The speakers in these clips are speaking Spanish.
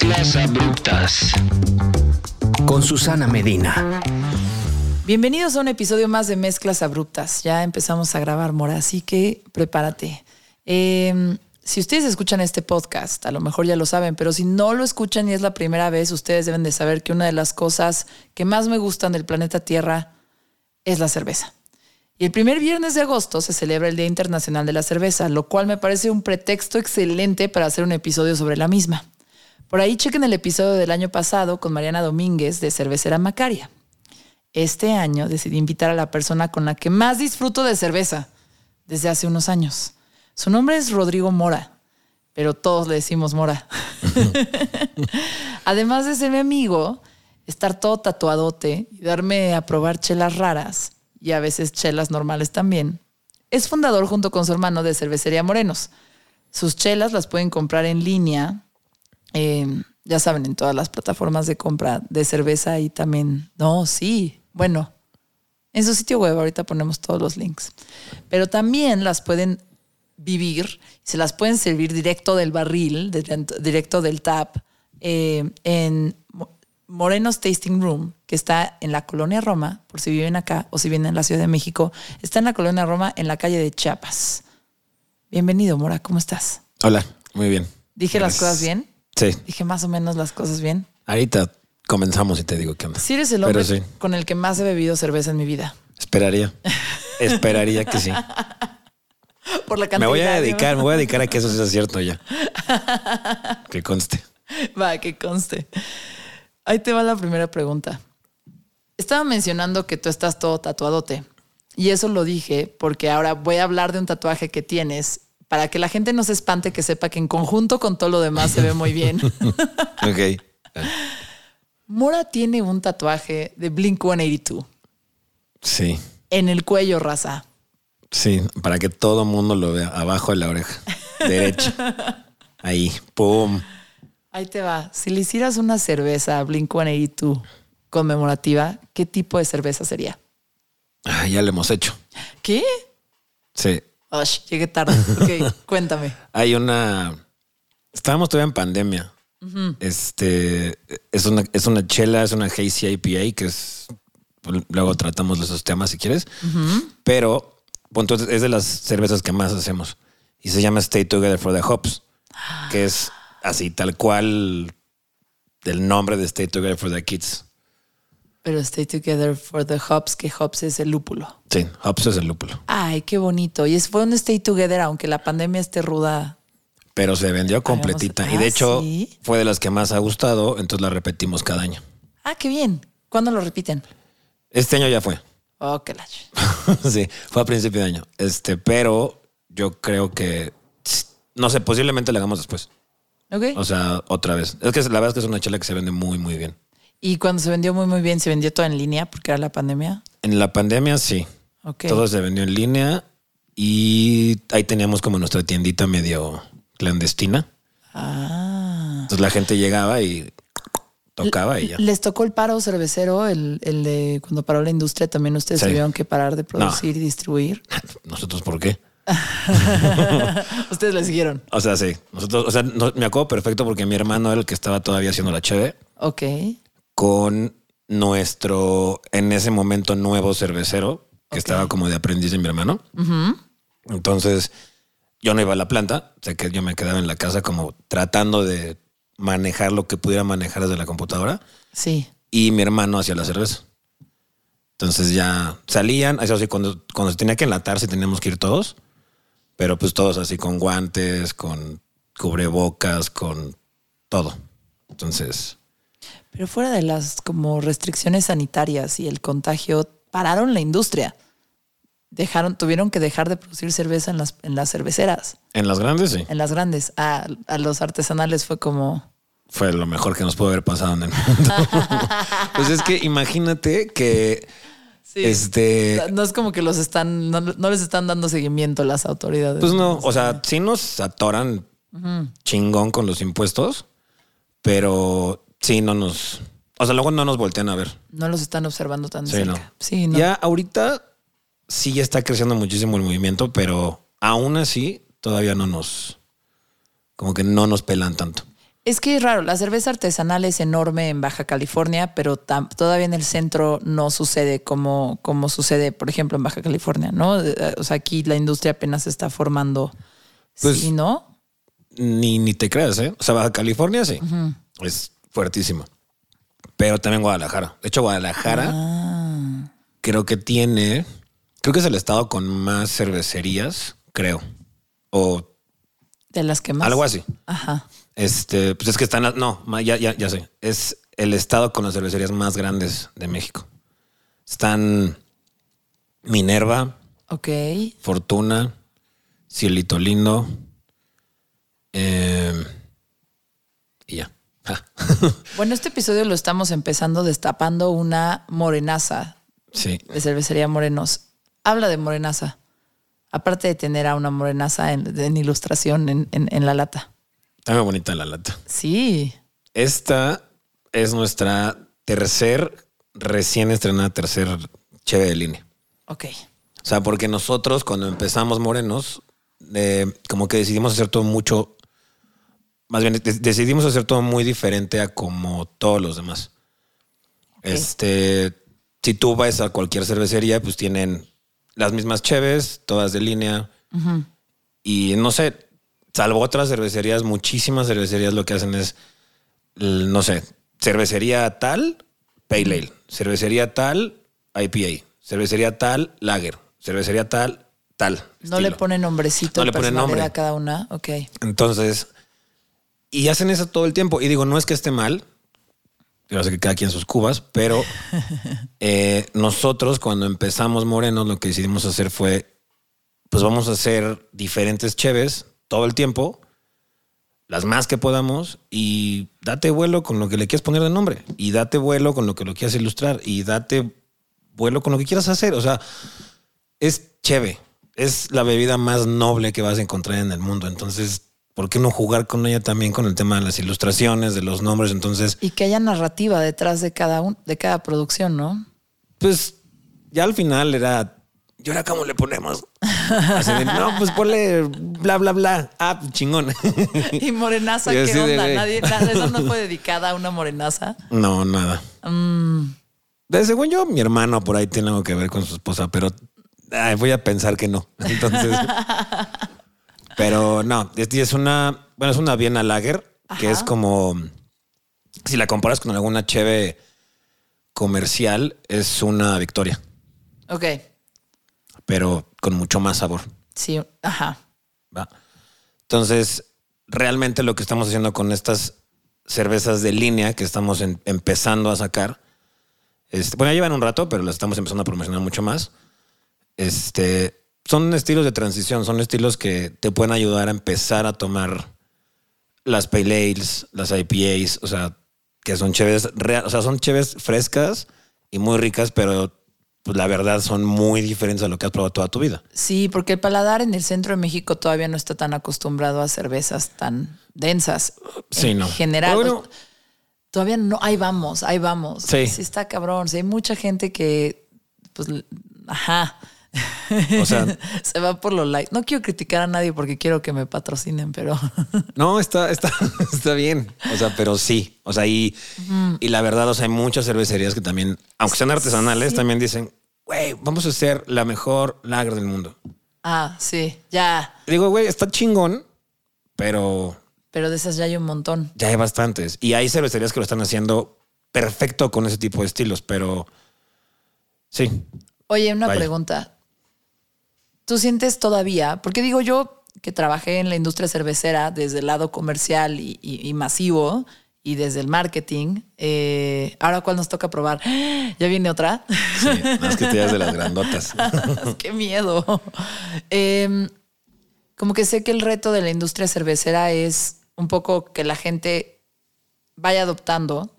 Mezclas abruptas con Susana Medina. Bienvenidos a un episodio más de Mezclas abruptas. Ya empezamos a grabar, Mora, así que prepárate. Si ustedes escuchan este podcast, a lo mejor ya lo saben, pero si no lo escuchan y es la primera vez, ustedes deben de saber que una de las cosas que más me gustan del planeta Tierra es la cerveza. Y el primer viernes de agosto se celebra el Día Internacional de la Cerveza, lo cual me parece un pretexto excelente para hacer un episodio sobre la misma. Por ahí chequen el episodio del año pasado con Mariana Domínguez de Cervecera Macaria. Este año decidí invitar a la persona con la que más disfruto de cerveza desde hace unos años. Su nombre es Rodrigo Mora, pero todos le decimos Mora. Además de ser mi amigo, estar todo tatuadote y darme a probar chelas raras, y a veces chelas normales también, es fundador junto con su hermano de Cervecería Morenos. Sus chelas las pueden comprar en línea, ya saben, en todas las plataformas de compra de cerveza y también, en su sitio web, ahorita ponemos todos los links. Pero también las pueden vivir, se las pueden servir directo del barril, directo del tap, en Morenos Tasting Room, que está en la Colonia Roma, por si viven acá o si vienen en la Ciudad de México. Está en la Colonia Roma, en la calle de Chiapas. Bienvenido, Mora, ¿cómo estás? Hola, muy bien. ¿Dije las cosas bien? Sí. Dije más o menos las cosas bien. Ahorita comenzamos y te digo qué onda. Sí eres el hombre con el que más he bebido cerveza en mi vida. Esperaría que sí. Por la cantidad. Me voy a dedicar a que eso sea cierto ya. Que conste. Va, que conste. Ahí te va la primera pregunta. Estaba mencionando que tú estás todo tatuadote. Y eso lo dije porque ahora voy a hablar de un tatuaje que tienes para que la gente no se espante, que sepa que en conjunto con todo lo demás se ve muy bien. Ok. Mora tiene un tatuaje de Blink-182. Sí. En el cuello, raza. Sí, para que todo mundo lo vea. Abajo de la oreja derecha. Ahí, pum. Ahí te va. Si le hicieras una cerveza a Blink-182 conmemorativa, ¿qué tipo de cerveza sería? Ya lo hemos hecho. ¿Qué? Sí. Llegué tarde. Ok, cuéntame. Hay una... Estábamos todavía en pandemia. Uh-huh. Es una chela, es una Hazy IPA, que es... Luego tratamos de esos temas si quieres. Uh-huh. Pero entonces es de las cervezas que más hacemos. Y se llama Stay Together for the Hops, que es así, tal cual del nombre de Stay Together for the Kids. Pero Stay Together for the Hops, que Hops es el lúpulo. Sí, Hops es el lúpulo. Ay, qué bonito. Y fue un Stay Together, aunque la pandemia esté ruda. Pero se vendió completita. Y de hecho, ¿sí? Fue de las que más ha gustado, entonces la repetimos cada año. Ah, qué bien. ¿Cuándo lo repiten? Este año ya fue. Oh, qué lache. Sí, fue a principio de año. Pero yo creo que, no sé, posiblemente la hagamos después. Ok. O sea, otra vez. Es que la verdad es que es una chela que se vende muy, muy bien. ¿Y cuando se vendió muy, muy bien, se vendió todo en línea porque era la pandemia? En la pandemia, sí. Okay. Todo se vendió en línea y ahí teníamos como nuestra tiendita medio clandestina. Ah. Entonces la gente llegaba y tocaba y ya. ¿Les tocó el paro cervecero, el de cuando paró la industria? ¿También ustedes tuvieron que parar de producir y distribuir? ¿Nosotros por qué? Ustedes le siguieron. O sea, sí. Nosotros, me acuerdo perfecto porque mi hermano era el que estaba todavía haciendo la cheve. Ok. Con nuestro, en ese momento, nuevo cervecero, que estaba como de aprendiz de mi hermano. Uh-huh. Entonces, yo no iba a la planta, o sea que yo me quedaba en la casa como tratando de manejar lo que pudiera manejar desde la computadora. Sí. Y mi hermano hacía la cerveza. Entonces ya salían, así cuando se tenía que enlatar, sí teníamos que ir todos, pero pues todos así con guantes, con cubrebocas, con todo. Entonces... Pero fuera de las como restricciones sanitarias y el contagio, pararon la industria. Tuvieron que dejar de producir cerveza en las cerveceras. En las grandes, sí. En las grandes. A los artesanales fue como... Fue lo mejor que nos pudo haber pasado en el mundo. Pues es que imagínate que... Sí. No es como que no les están dando seguimiento las autoridades. Pues no, o sea, sí nos atoran chingón con los impuestos, pero... Sí, o sea, luego no nos voltean a ver. No los están observando tan cerca. No. Sí, no. Ya ahorita sí ya está creciendo muchísimo el movimiento, pero aún así todavía como que no nos pelan tanto. Es que es raro, la cerveza artesanal es enorme en Baja California, pero todavía en el centro no sucede como sucede, por ejemplo, en Baja California, ¿no? O sea, aquí la industria apenas se está formando. Pues, ¿sí, no? Ni te creas, ¿eh? O sea, Baja California sí, es fuertísimo. Pero también Guadalajara. De hecho, Guadalajara creo que es el estado con más cervecerías, creo. O de las que más. algo así. Ajá. Pues es que están, ya sé. Es el estado con las cervecerías más grandes de México. Están Minerva, Ok. Fortuna, Cielito Lindo, y ya. Bueno, este episodio lo estamos empezando destapando una morenaza Sí. de cervecería Morenos. Habla de morenaza. Aparte de tener a una morenaza en ilustración en la lata. Está muy bonita la lata. Sí. Esta es nuestra recién estrenada cheve de línea. Ok. O sea, porque nosotros cuando empezamos Morenos, como que decidimos hacer todo mucho, más bien decidimos hacer todo muy diferente a como todos los demás. Okay. Si tú vas a cualquier cervecería, pues tienen las mismas cheves, todas de línea. Uh-huh. Y no sé, salvo otras cervecerías, muchísimas cervecerías lo que hacen es, no sé, cervecería tal, Pale Ale, cervecería tal, IPA, cervecería tal, Lager, cervecería tal. No estilo. le ponen nombrecito, no le ponen nombre a cada una. Ok. Entonces, y hacen eso todo el tiempo. Y digo, no es que esté mal, yo sé que cada quien sus cubas, pero nosotros cuando empezamos Morenos lo que decidimos hacer fue, pues vamos a hacer diferentes cheves todo el tiempo, las más que podamos, y date vuelo con lo que le quieras poner de nombre, y date vuelo con lo que lo quieras ilustrar, y date vuelo con lo que quieras hacer. O sea, es cheve, es la bebida más noble que vas a encontrar en el mundo. Entonces, ¿por qué no jugar con ella también con el tema de las ilustraciones, de los nombres? Entonces, y que haya narrativa detrás de cada producción, ¿no? Pues ya al final era, ¿y ahora cómo le ponemos? Así de, no, pues ponle bla, bla, bla. Ah, chingón. ¿Y morenaza qué onda? ¿Eso no fue dedicada a una morenaza? No, nada. Según yo, mi hermano por ahí tiene algo que ver con su esposa, pero voy a pensar que no. Entonces, pero no, es una Viena Lager. Ajá. Que es como, si la comparas con alguna cheve comercial, es una Victoria. Ok. Pero con mucho más sabor. Sí, ajá. ¿Va? Entonces, realmente lo que estamos haciendo con estas cervezas de línea que estamos empezando a sacar, bueno, ya llevan un rato, pero las estamos empezando a promocionar mucho más. Son estilos de transición, son estilos que te pueden ayudar a empezar a tomar las Pale Ales, las IPAs, o sea, que son cheves son cheves frescas y muy ricas, pero pues la verdad son muy diferentes a lo que has probado toda tu vida. Sí, porque el paladar en el centro de México todavía no está tan acostumbrado a cervezas tan densas. Sí, en no. general. Bueno, todavía no, ahí vamos. Sí. Sí está cabrón. Sí, hay mucha gente que, pues, ajá. O sea, se va por lo light. No quiero criticar a nadie porque quiero que me patrocinen, pero no, está bien. O sea, pero sí. O sea, y la verdad, o sea, hay muchas cervecerías que también, aunque sean artesanales, sí, también dicen, güey, vamos a hacer la mejor lager del mundo. Ah, sí, ya. Digo, güey, está chingón, pero de esas ya hay un montón. Ya hay bastantes. Y hay cervecerías que lo están haciendo perfecto con ese tipo de estilos, pero sí. Oye, una pregunta. ¿Tú sientes todavía? Porque digo yo que trabajé en la industria cervecera desde el lado comercial y masivo y desde el marketing. Ahora, ¿cuál nos toca probar? ¿Ya viene otra? Sí, más que te das de las grandotas. ¡Qué miedo! Como que sé que el reto de la industria cervecera es un poco que la gente vaya adoptando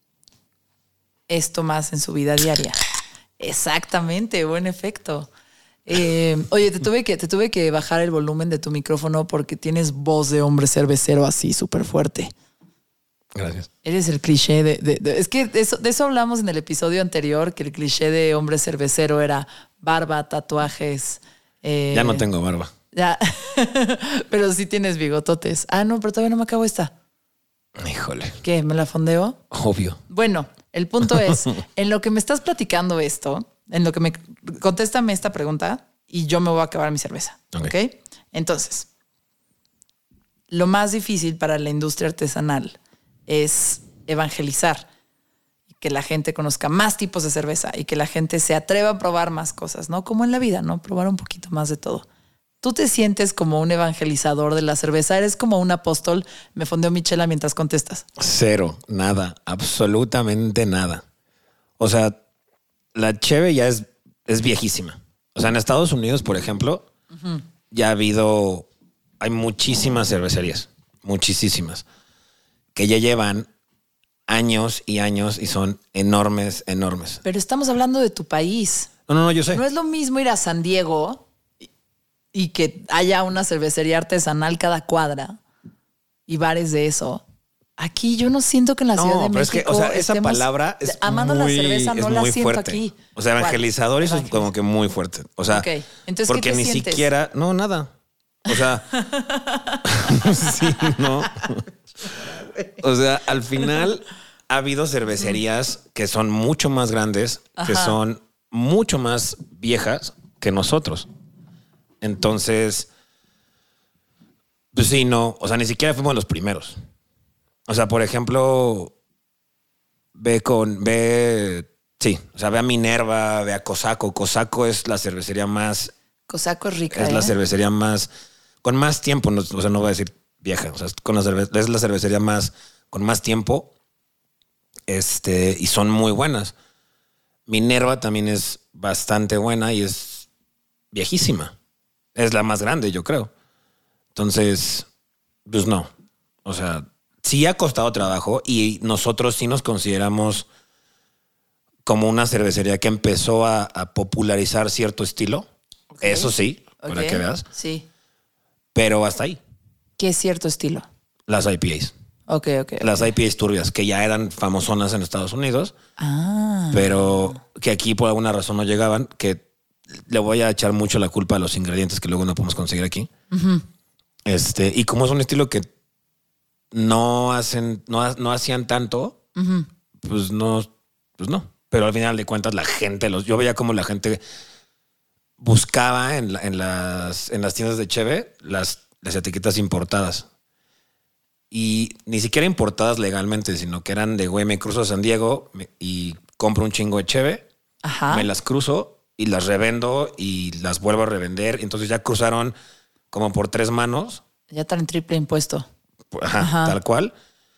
esto más en su vida diaria. Exactamente, buen efecto. Oye, te tuve que bajar el volumen de tu micrófono porque tienes voz de hombre cervecero así súper fuerte. Gracias. Eres el cliché es que de eso hablamos en el episodio anterior, que el cliché de hombre cervecero era barba, tatuajes. Ya no tengo barba. Ya, pero sí tienes bigototes. Ah, no, pero todavía no me acabo esta. Híjole. ¿Qué? ¿Me la fondeo? Obvio. Bueno, el punto es, en lo que me estás platicando esto, en lo que me... Contéstame esta pregunta y yo me voy a acabar mi cerveza. ¿Ok? Entonces, lo más difícil para la industria artesanal es evangelizar y que la gente conozca más tipos de cerveza y que la gente se atreva a probar más cosas, ¿no? Como en la vida, ¿no? Probar un poquito más de todo. ¿Tú te sientes como un evangelizador de la cerveza? ¿Eres como un apóstol? Me fondeo mi chela mientras contestas. Cero, nada, absolutamente nada. O sea, la cheve ya es viejísima. O sea, en Estados Unidos, por ejemplo, ya hay muchísimas cervecerías, muchísimas, que ya llevan años y años y son enormes, enormes. Pero estamos hablando de tu país. No, yo sé. No es lo mismo ir a San Diego y que haya una cervecería artesanal cada cuadra y bares de eso. Aquí yo no siento que en la Ciudad de pero México es que, o sea, esa palabra es amando muy, la cerveza, no es la muy siento fuerte. aquí. O sea, evangelizador, eso es como que muy fuerte. O sea, Ok. Entonces, porque ¿qué te ni sientes? siquiera, no, nada. O sea, sí, no. O sea, al final ha habido cervecerías que son mucho más grandes, que son mucho más viejas que nosotros. Entonces, pues sí, no. O sea, ni siquiera fuimos los primeros. O sea, por ejemplo, ve a Minerva, ve a Cosaco. Cosaco es la cervecería más... Cosaco es rica, Es la cervecería más... Con más tiempo, no, o sea, no voy a decir vieja. O sea, es la cervecería más... Con más tiempo. Y son muy buenas. Minerva también es bastante buena y es viejísima. Es la más grande, yo creo. Entonces, pues no. O sea, sí ha costado trabajo y nosotros sí nos consideramos como una cervecería que empezó a popularizar cierto estilo. Okay. Eso sí, para que veas. Sí. Pero hasta ahí. ¿Qué es cierto estilo? Las IPAs. Ok. Las IPAs turbias, que ya eran famosonas en Estados Unidos. Ah. Pero que aquí por alguna razón no llegaban, que le voy a echar mucho la culpa a los ingredientes que luego no podemos conseguir aquí. Uh-huh. Y como es un estilo que no hacían tanto, uh-huh, pues no. Pero al final de cuentas la gente, yo veía como la gente buscaba en las tiendas de cheve las etiquetas importadas. Y ni siquiera importadas legalmente, sino que eran de, güey, me cruzo a San Diego y compro un chingo de cheve, me las cruzo y las revendo y las vuelvo a revender. Entonces ya cruzaron como por 3 manos. Ya están en triple impuesto. Ajá. Tal cual.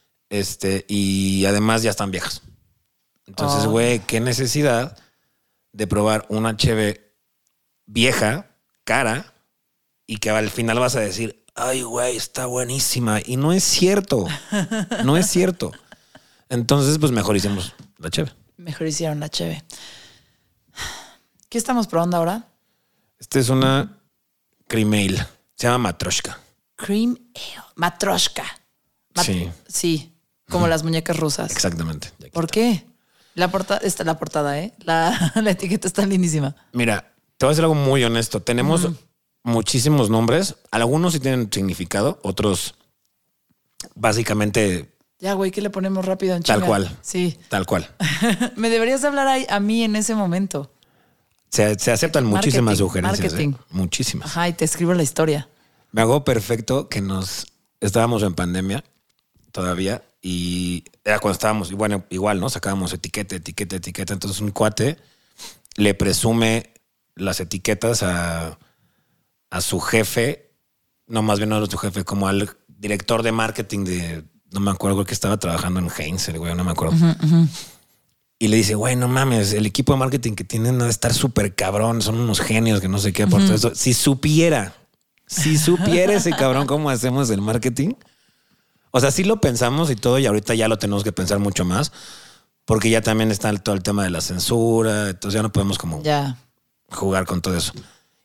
Y además ya están viejas. Entonces, güey, qué necesidad de probar una cheve vieja, cara, y que al final vas a decir, ay, güey, está buenísima. Y no es cierto. No es cierto. Entonces, pues mejor hicimos la cheve. Mejor hicieron la cheve. ¿Qué estamos probando ahora? Esta es una cream ale. Se llama Matroshka. Cream ale. Matroshka. Sí. Sí, como las muñecas rusas. Exactamente. ¿Por qué? La portada, ¿eh? La etiqueta está lindísima. Mira, te voy a decir algo muy honesto. Tenemos muchísimos nombres. Algunos sí tienen significado. Otros, básicamente... Ya, güey, ¿qué le ponemos rápido en chinga? Tal cual. Sí. Tal cual. Me deberías hablar a mí en ese momento. Se aceptan muchísimas sugerencias. Marketing. Muchísimas. Ajá, y te escribo la historia. Me hago perfecto que estábamos en pandemia todavía y era cuando estábamos, bueno, igual, ¿no? Sacábamos etiqueta. Entonces un cuate le presume las etiquetas a su jefe, no, más bien no a su jefe, como al director de marketing no me acuerdo, que estaba trabajando en Heinz, el güey, no me acuerdo. Uh-huh. Y le dice, güey, no mames, el equipo de marketing que tienen a estar súper cabrón, son unos genios que no sé qué, por todo eso. Si supiera ese cabrón cómo hacemos el marketing. O sea, sí lo pensamos y todo, y ahorita ya lo tenemos que pensar mucho más, porque ya también está todo el tema de la censura, entonces ya no podemos como jugar con todo eso.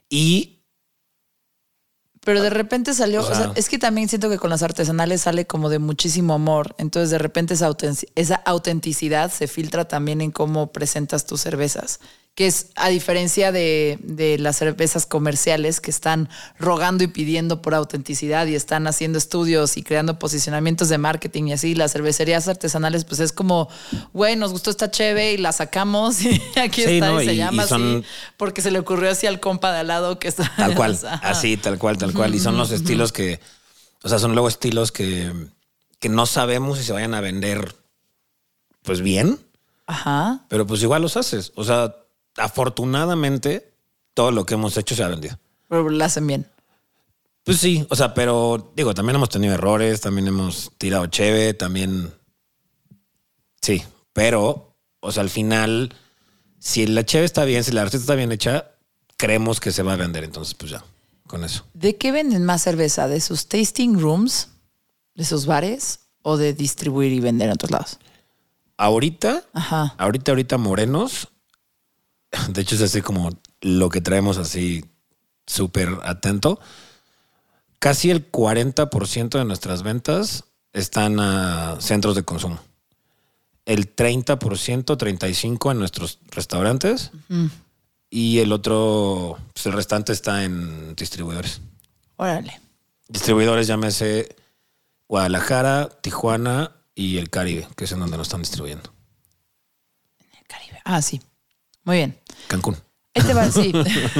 Pero de repente salió, o sea, es que también siento que con las artesanales sale como de muchísimo amor. Entonces de repente esa autenticidad se filtra también en cómo presentas tus cervezas. que es a diferencia de las cervezas comerciales que están rogando y pidiendo por autenticidad y están haciendo estudios y creando posicionamientos de marketing y así, las cervecerías artesanales pues es como, güey, nos gustó esta cheve y la sacamos y aquí Sí, está, ¿no? y se Y llama son- así porque se le ocurrió así al compa de al lado que está... Tal cual, Ajá. así, tal cual. Y son los estilos que, o sea, son luego estilos que no sabemos si se vayan a vender pues bien, Ajá. pero pues igual los haces. O sea, afortunadamente todo lo que hemos hecho se ha vendido. Pero la hacen bien. Pues sí, o sea, pero digo, también hemos tenido errores, también hemos tirado cheve, también. Sí, pero, o sea, al final, si la cheve está bien, si la receta está bien hecha, creemos que se va a vender. Entonces, pues ya, con eso. ¿De qué venden más cerveza? ¿De sus tasting rooms? ¿De sus bares? ¿O de distribuir y vender en otros lados? Ahorita, Ajá. ahorita morenos. De hecho, es así como lo que traemos así súper atento. Casi el 40% de nuestras ventas están a centros de consumo. El 30%, 35% en nuestros restaurantes. Y el otro, pues el restante está en distribuidores. Órale. Distribuidores, llámese Guadalajara, Tijuana y el Caribe, que es en donde nos están distribuyendo. El Caribe. Ah, sí. Muy bien. Cancún. Ahí te va, sí.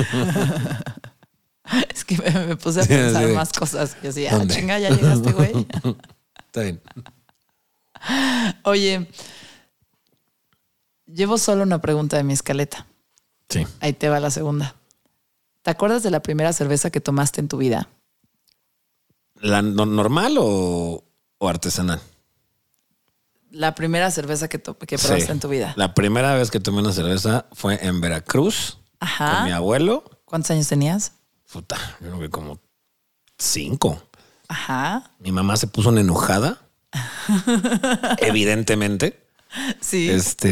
Es que me puse a pensar Sí. más cosas. Y así, ¿Dónde? chinga, ya llegaste, güey. Está bien. Oye, llevo solo una pregunta de mi escaleta. Sí. Ahí te va la segunda. ¿Te acuerdas de la primera cerveza que tomaste en tu vida? ¿La normal o artesanal? La primera cerveza que probaste Sí. en tu vida. La primera vez que tomé una cerveza fue en Veracruz Ajá. con mi abuelo. ¿Cuántos años tenías? Puta, yo creo que como 5. Ajá. Mi mamá se puso una enojada. Evidentemente. Sí.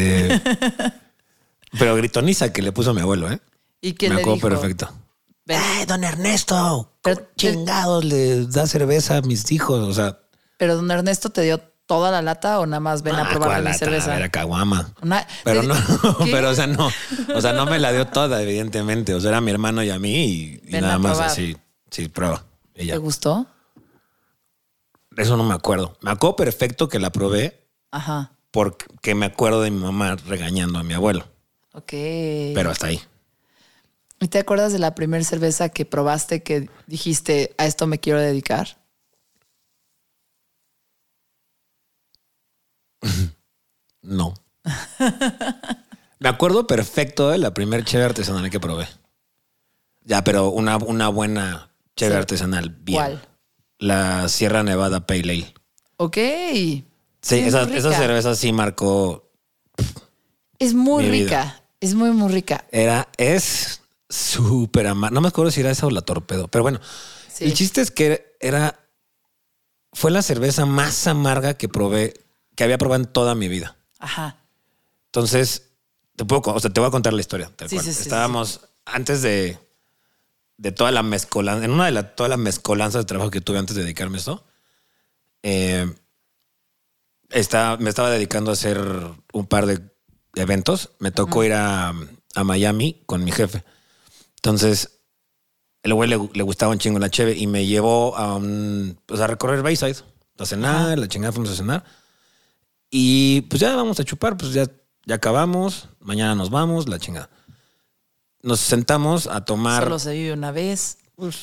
Pero gritoniza que le puso a mi abuelo, ¿eh? ¿Y qué Me le acuerdo dijo? perfecto. Ven. Don Ernesto! Pero- ¿Cómo chingados le da cerveza a mis hijos? O sea, ¿Pero don Ernesto te dio toda la lata o nada más ven a probar ¿cuál mi lata? cerveza? Era caguama. Una- Pero no, ¿Qué? pero o sea, no me la dio toda, evidentemente. O sea, era mi hermano y a mí y Ven nada a más probar. así. Sí, prueba. Y ya. ¿Te gustó? Eso no me acuerdo. Me acuerdo perfecto que la probé Ajá. porque me acuerdo de mi mamá regañando a mi abuelo. Ok. Pero hasta ahí. ¿Y te acuerdas de la primera cerveza que probaste que dijiste, a esto me quiero dedicar? No. Me acuerdo perfecto de la primer cheve artesanal que probé. Ya, pero una buena cheve Sí. artesanal. Bien. ¿Cuál? La Sierra Nevada Pale Ale. Ok. Sí, es esa muy rica. cerveza sí marcó. Es muy mi rica. vida. Es muy, muy rica. Es súper amarga. No me acuerdo si era esa o la Torpedo. Pero bueno, Sí. el chiste es que fue la cerveza más amarga que probé, que había probado en toda mi vida. Ajá. Entonces, te voy a contar la historia. Tal Sí, cual. sí, sí, Estábamos antes de toda la mezcolanza, en una de todas las mezcolanzas de trabajo que tuve antes de dedicarme a esto, me estaba dedicando a hacer un par de eventos. Me tocó ir a Miami con mi jefe. Entonces, el güey le gustaba un chingo la cheve y me llevó a recorrer Bayside, a cenar, la chingada fuimos a cenar. Y pues ya vamos a chupar, pues ya acabamos, mañana nos vamos, la chingada. Nos sentamos a tomar. Solo se vive una vez.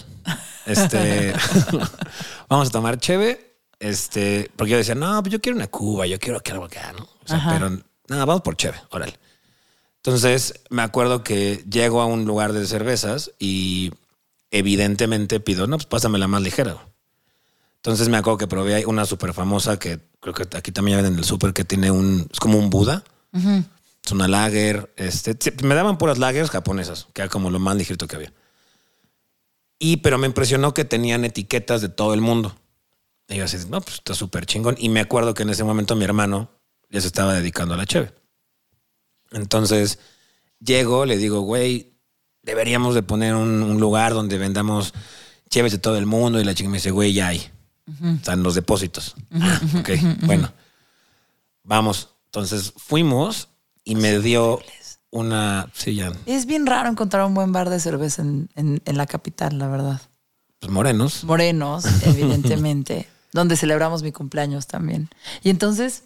Vamos a tomar cheve. Porque yo decía, no, pues yo quiero una cuba, yo quiero que algo acá, ¿no? O sea, Ajá. pero nada, vamos por cheve, órale. Entonces me acuerdo que llego a un lugar de cervezas y evidentemente pido, no, pues pásame la más ligera. Entonces me acuerdo que probé ahí una súper famosa que creo que aquí también ya venden en el súper, que tiene es como un Buda. Es una lager. Me daban puras lagers japonesas, que era como lo más ligerito que había. Pero me impresionó que tenían etiquetas de todo el mundo. Y yo así, no, pues está súper chingón. Y me acuerdo que en ese momento mi hermano ya se estaba dedicando a la cheve. Entonces llego, le digo, güey, deberíamos de poner un lugar donde vendamos cheves de todo el mundo. Y la chica me dice, güey, ya hay. Están los depósitos. Ok, bueno. Vamos. Entonces fuimos y me dio Sí, ya. Es bien raro encontrar un buen bar de cerveza en la capital, la verdad. Pues morenos. Morenos, evidentemente. Donde celebramos mi cumpleaños también. Y entonces...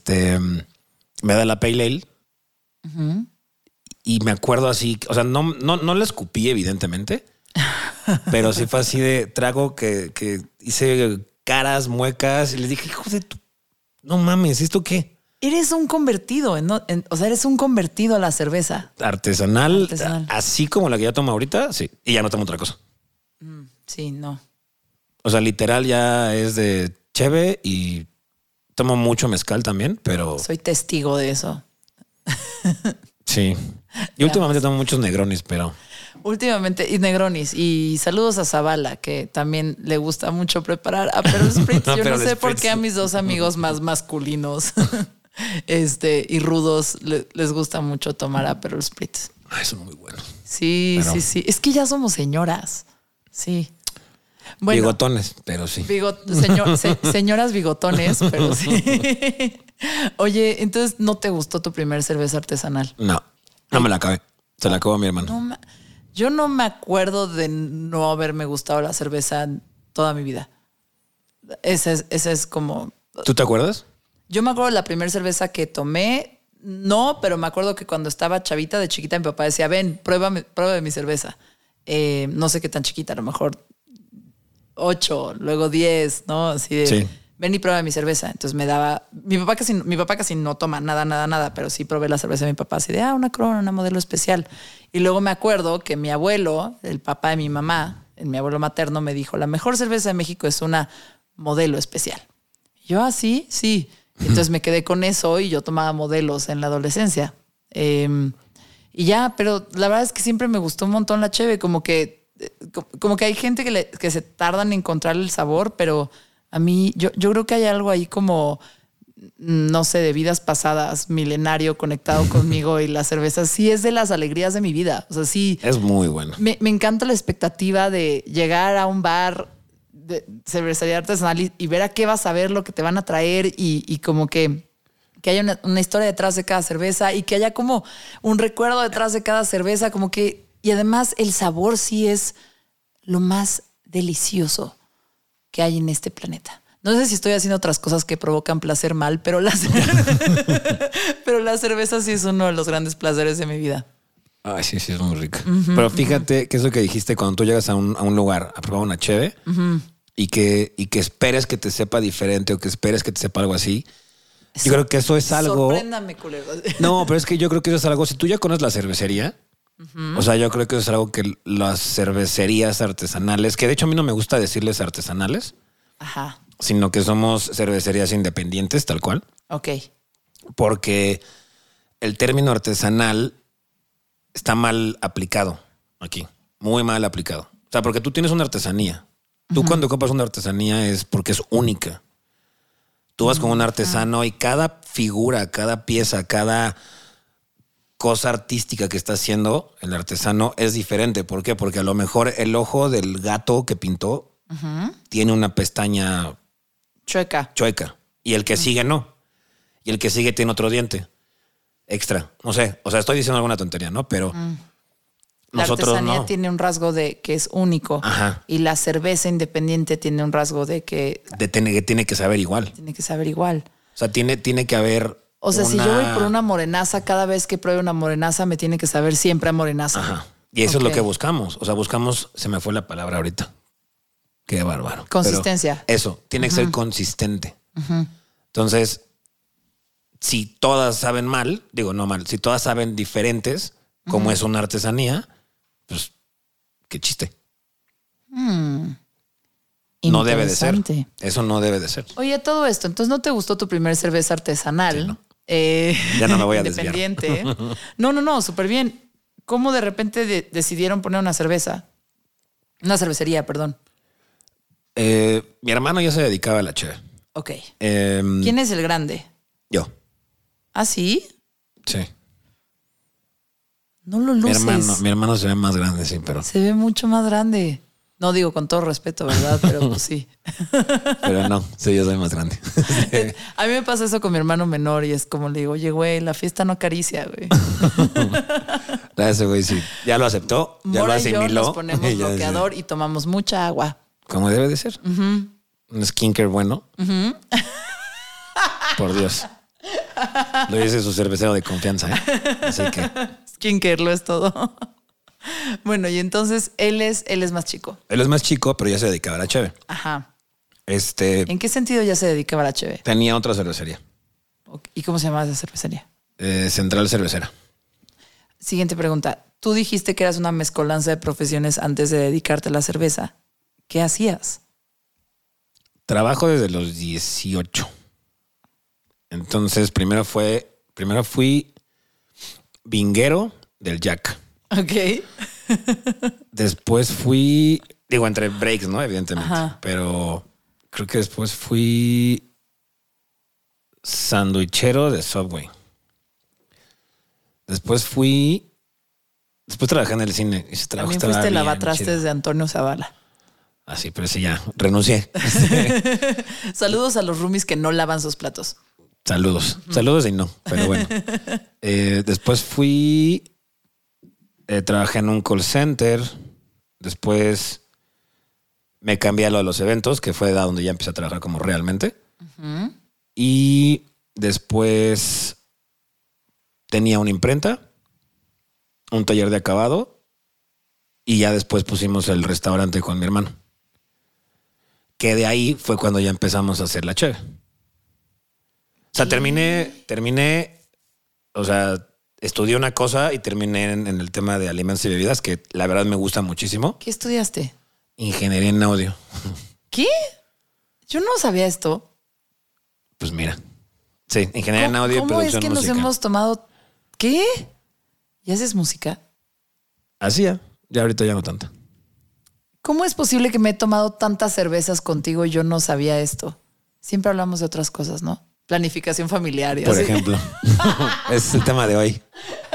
Me da la Pale Ale. Y me acuerdo así, o sea, no la escupí, evidentemente. Pero sí fue así de trago que hice caras, muecas. Y les dije, hijo de tu... No mames, ¿esto qué? Eres un convertido, o sea, eres un convertido a la cerveza. Artesanal. Así como la que ya tomo ahorita, sí. Y ya no tomo otra cosa. Sí, no. O sea, literal ya es de cheve y tomo mucho mezcal también, pero... Soy testigo de eso. Sí. Y últimamente tomo muchos Negronis, pero... Últimamente, y Negronis. Y saludos a Zavala, que también le gusta mucho preparar Aperol Spritz. Yo no sé por qué a mis dos amigos más masculinos y rudos les gusta mucho tomar Aperol Spritz. Ay, son muy buenos. Sí, pero... sí. Es que ya somos señoras. Sí. Bueno, bigotones, pero sí. Señoras bigotones, pero sí. Oye, entonces, ¿no te gustó tu primer cerveza artesanal? No me la acabé. Se la acabó a mi hermano. Yo no me acuerdo de no haberme gustado la cerveza toda mi vida. Ese es como... ¿Tú te acuerdas? Yo me acuerdo de la primera cerveza que tomé. No, pero me acuerdo que cuando estaba chavita, de chiquita, mi papá decía, ven, prueba de mi cerveza. No sé qué tan chiquita, a lo mejor 8, luego 10, ¿no? Así de, sí. Ven y prueba mi cerveza. Entonces me daba... Mi papá casi no toma nada, pero sí probé la cerveza de mi papá, así de, una Corona, una modelo especial. Y luego me acuerdo que mi abuelo, el papá de mi mamá, mi abuelo materno, me dijo, la mejor cerveza de México es una modelo especial. Y yo, sí. Entonces me quedé con eso y yo tomaba modelos en la adolescencia. Y ya, pero la verdad es que siempre me gustó un montón la cheve, como que hay gente que se tardan en encontrar el sabor, pero a mí, yo creo que hay algo ahí como, no sé, de vidas pasadas, milenario conectado conmigo, y la cerveza sí es de las alegrías de mi vida. O sea, sí. Es muy bueno. Me encanta la expectativa de llegar a un bar de cervecería artesanal y ver a qué vas a ver, lo que te van a traer y como que haya una historia detrás de cada cerveza y que haya como un recuerdo detrás de cada cerveza, como que... Y además el sabor sí es lo más delicioso que hay en este planeta. No sé si estoy haciendo otras cosas que provocan placer mal, pero la cerveza sí es uno de los grandes placeres de mi vida. Ay, sí, es muy rica. Pero fíjate que eso que dijiste cuando tú llegas a un lugar a probar una cheve y que esperes que te sepa diferente o que esperes que te sepa algo así. Yo creo que eso es algo... Sorpréndame, culero. No, pero es que yo creo que eso es algo... Si tú ya conoces la cervecería... O sea, yo creo que eso es algo que las cervecerías artesanales, que de hecho a mí no me gusta decirles artesanales, sino que somos cervecerías independientes, tal cual. Ok. Porque el término artesanal está mal aplicado aquí, muy mal aplicado. O sea, porque tú tienes una artesanía. Tú cuando compras una artesanía es porque es única. Tú vas con un artesano y cada figura, cada pieza, cada... cosa artística que está haciendo el artesano es diferente. ¿Por qué? Porque a lo mejor el ojo del gato que pintó tiene una pestaña chueca. Y el que sigue no. Y el que sigue tiene otro diente extra. No sé. O sea, estoy diciendo alguna tontería, ¿no? Pero nosotros la artesanía tiene un rasgo de que es único. Y la cerveza independiente tiene un rasgo de que... tiene que saber igual. Tiene que saber igual. O sea, tiene que haber... O sea, si yo voy por una morenaza, cada vez que pruebe una morenaza me tiene que saber siempre a morenaza. Y eso es lo que buscamos. O sea, buscamos, se me fue la palabra ahorita. Qué bárbaro. Consistencia. Pero eso, tiene que ser consistente. Entonces, si todas saben mal, digo no mal, si todas saben diferentes, como es una artesanía, pues qué chiste. No debe de ser. Eso no debe de ser. Oye, todo esto, entonces ¿no te gustó tu primer cerveza artesanal? Sí, no. Ya no me voy a desviar. Independiente. No, súper bien. ¿Cómo de repente decidieron poner una cerveza? Una cervecería, perdón. Mi hermano ya se dedicaba a la cheve. Ok. ¿Quién es el grande? Yo. ¿Ah, sí? Sí. No lo luces. Mi hermano se ve más grande, sí, pero... Se ve mucho más grande. No digo con todo respeto, ¿verdad? Pero pues sí. Pero no, sí, yo soy más grande. A mí me pasa eso con mi hermano menor y es como le digo, oye, güey, la fiesta no acaricia, güey. Ese güey sí. Ya lo aceptó, ya Mora lo y yo asimiló. nos ponemos bloqueador y tomamos mucha agua. Como debe de ser. Un skincare bueno. Por Dios. Lo dice su cervecero de confianza, ¿eh? Así que... Skincare lo es todo. Bueno, y entonces él es más chico. Él es más chico, pero ya se dedicaba a la cheve. Ajá. ¿En qué sentido ya se dedicaba a la cheve? Tenía otra cervecería. ¿Y cómo se llamaba esa cervecería? Central Cervecera. Siguiente pregunta. Tú dijiste que eras una mezcolanza de profesiones antes de dedicarte a la cerveza. ¿Qué hacías? Trabajo desde los 18. Entonces, primero fui vinguero del Jack. Ok. Después fui, entre breaks, ¿no? Evidentemente. Ajá. Pero creo que después fui sandwichero de Subway. Después trabajé en el cine. Ese trabajo También fuiste lavatrastes de Antonio Zavala. Ah, sí, pero sí, ya renuncié. Saludos a los roomies que no lavan sus platos. Saludos y no, pero bueno. Después trabajé en un call center. Después me cambié a lo de los eventos, que fue donde ya empecé a trabajar como realmente. Uh-huh. Y después tenía una imprenta, un taller de acabado y ya después pusimos el restaurante con mi hermano. Que de ahí fue cuando ya empezamos a hacer la cheve. O sea, terminé, o sea, estudié una cosa y terminé en el tema de alimentos y bebidas, que la verdad me gusta muchísimo. ¿Qué estudiaste? Ingeniería en audio. ¿Qué? Yo no sabía esto. Pues mira. Sí, ingeniería en audio y producción musical. ¿Cómo es que música. Nos hemos tomado? ¿Qué? ¿Y haces música? Hacía. Ya ahorita ya no tanto. ¿Cómo es posible que me he tomado tantas cervezas contigo y yo no sabía esto? Siempre hablamos de otras cosas, ¿no? Planificación familiar y Por así. ejemplo. Es el tema de hoy.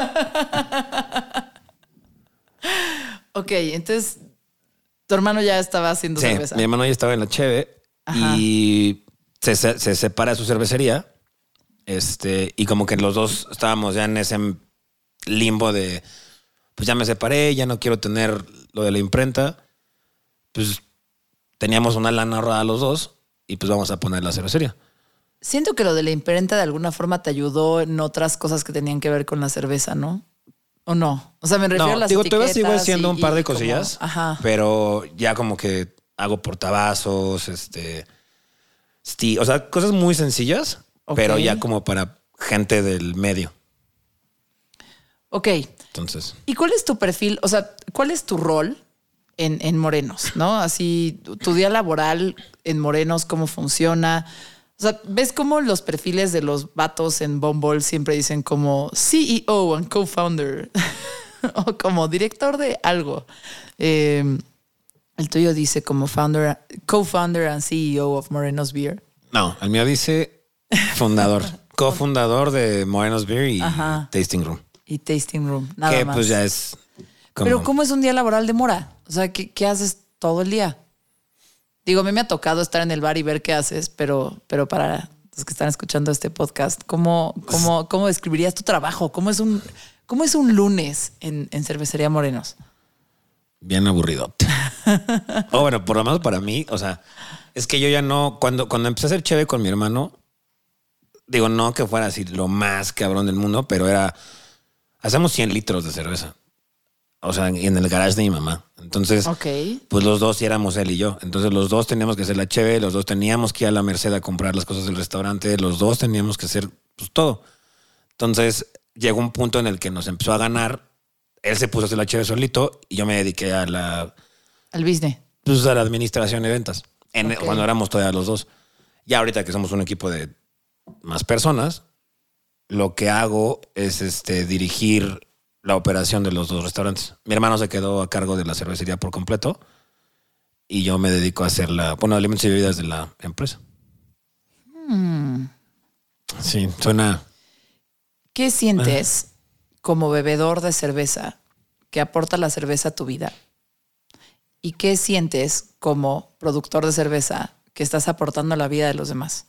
Ok, entonces tu hermano ya estaba haciendo cerveza. Mi hermano ya estaba en la cheve. Ajá. Y se separa su cervecería. Y como que los dos estábamos ya en ese limbo de pues ya me separé, ya no quiero tener lo de la imprenta. Pues teníamos una lana ahorrada los dos y pues vamos a poner la cervecería. Siento que lo de la imprenta de alguna forma te ayudó en otras cosas que tenían que ver con la cerveza, ¿no? ¿O no? O sea, me refiero a las etiquetas. Todavía sigo haciendo un par de cosillas, ajá. Pero ya como que hago portavasos, o sea, cosas muy sencillas, okay. Pero ya como para gente del medio. Ok. Entonces. ¿Y cuál es tu perfil? O sea, ¿cuál es tu rol en Morenos, no? Así, tu día laboral en Morenos, ¿cómo funciona? O sea, ¿ves cómo los perfiles de los vatos en Bumble siempre dicen como CEO and co-founder? O como director de algo. El tuyo dice como co-founder and CEO of Morenos Beer. No, el mío dice fundador, cofundador de Morenos Beer y ajá. Tasting Room. Y Tasting Room, nada que más. Pues ya es como... Pero ¿cómo es un día laboral de Mora? O sea, ¿qué haces todo el día? Digo, a mí me ha tocado estar en el bar y ver qué haces, pero para los que están escuchando este podcast, ¿cómo describirías tu trabajo? ¿Cómo es un lunes en Cervecería Morenos? Bien aburrido. Bueno, por lo menos para mí, o sea, es que yo ya no... Cuando empecé a hacer cheve con mi hermano, digo, no que fuera así lo más cabrón del mundo, pero hacemos 100 litros de cerveza. O sea, en el garage de mi mamá. Entonces, okay. Pues los dos éramos él y yo. Entonces los dos teníamos que hacer la cheve, los dos teníamos que ir a la Merced a comprar las cosas del restaurante, los dos teníamos que hacer pues todo. Entonces llegó un punto en el que nos empezó a ganar. Él se puso a hacer la cheve solito y yo me dediqué al business. Pues a la administración de ventas. Okay. Cuando éramos todavía los dos. Ya ahorita que somos un equipo de más personas, lo que hago es dirigir la operación de los dos restaurantes. Mi hermano se quedó a cargo de la cervecería por completo y yo me dedico a hacer alimentos y bebidas de la empresa. Sí, suena... ¿Qué sientes como bebedor de cerveza que aporta la cerveza a tu vida? ¿Y qué sientes como productor de cerveza que estás aportando a la vida de los demás?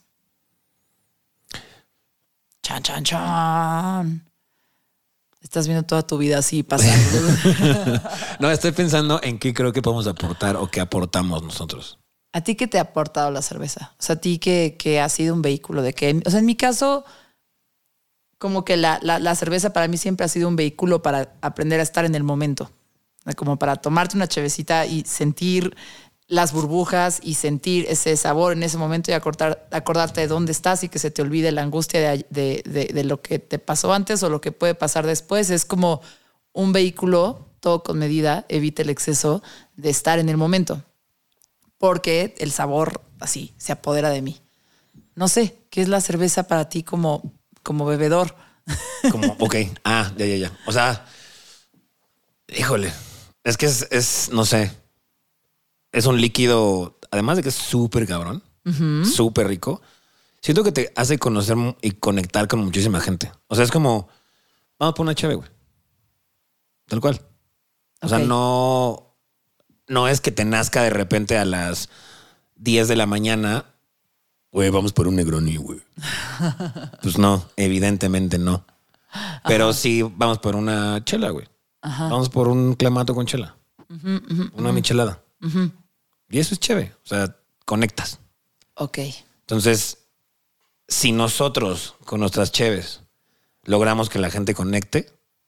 Chan, chan, chan. Estás viendo toda tu vida así pasando. No, estoy pensando en qué creo que podemos aportar o qué aportamos nosotros. ¿A ti qué te ha aportado la cerveza? O sea, a ti que ha sido un vehículo de que... O sea, en mi caso, como que la cerveza para mí siempre ha sido un vehículo para aprender a estar en el momento. Como para tomarte una chevecita y sentir las burbujas y sentir ese sabor en ese momento y acordarte de dónde estás y que se te olvide la angustia de lo que te pasó antes o lo que puede pasar después. Es como un vehículo, todo con medida, evita el exceso de estar en el momento. Porque el sabor así se apodera de mí. No sé, ¿qué es la cerveza para ti como bebedor? Como, ok. Ya. O sea, híjole, es que es no sé, es un líquido, además de que es súper cabrón, súper rico. Siento que te hace conocer y conectar con muchísima gente. O sea, es como, vamos por una cheve, güey. Tal cual. O sea, no es que te nazca de repente a las 10 de la mañana, güey, vamos por un Negroni, güey. Pues no, evidentemente no. Pero sí, vamos por una chela, güey. Vamos por un clamato con chela. Una michelada. Y eso es chévere. O sea, conectas. Ok. Entonces, si nosotros con nuestras cheves logramos que la gente conecte,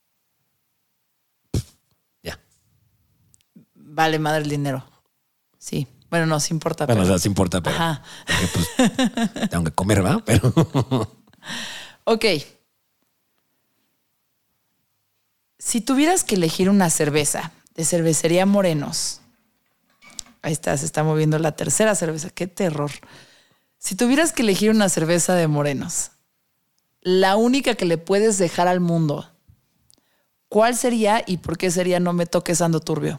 ya. Vale madre el dinero. Sí. Bueno, no, sí importa. Bueno, o sea, sí importa, pero... Ajá. Porque, pues, tengo que comer, ¿verdad? Pero... Ok. Si tuvieras que elegir una cerveza de Cervecería Morenos, ahí está, se está moviendo la tercera cerveza, qué terror. Si tuvieras que elegir una cerveza de Morenos, la única que le puedes dejar al mundo, ¿cuál sería y por qué sería No Me Toques Ando Turbio?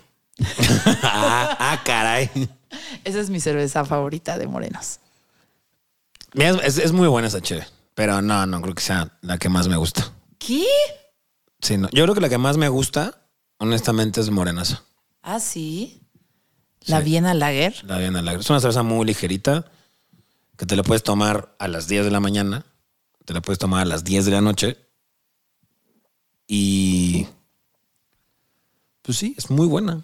Caray. Esa es mi cerveza favorita de Morenos. Mira, es muy buena esa cheve, pero no creo que sea la que más me gusta. ¿Qué? Sí, no. Yo creo que la que más me gusta, honestamente, es Morenaza. Ah, sí. ¿La Sí. Vienna Lager? La Vienna Lager. Es una cerveza muy ligerita que te la puedes tomar a las 10 de la mañana, te la puedes tomar a las 10 de la noche y pues sí, es muy buena.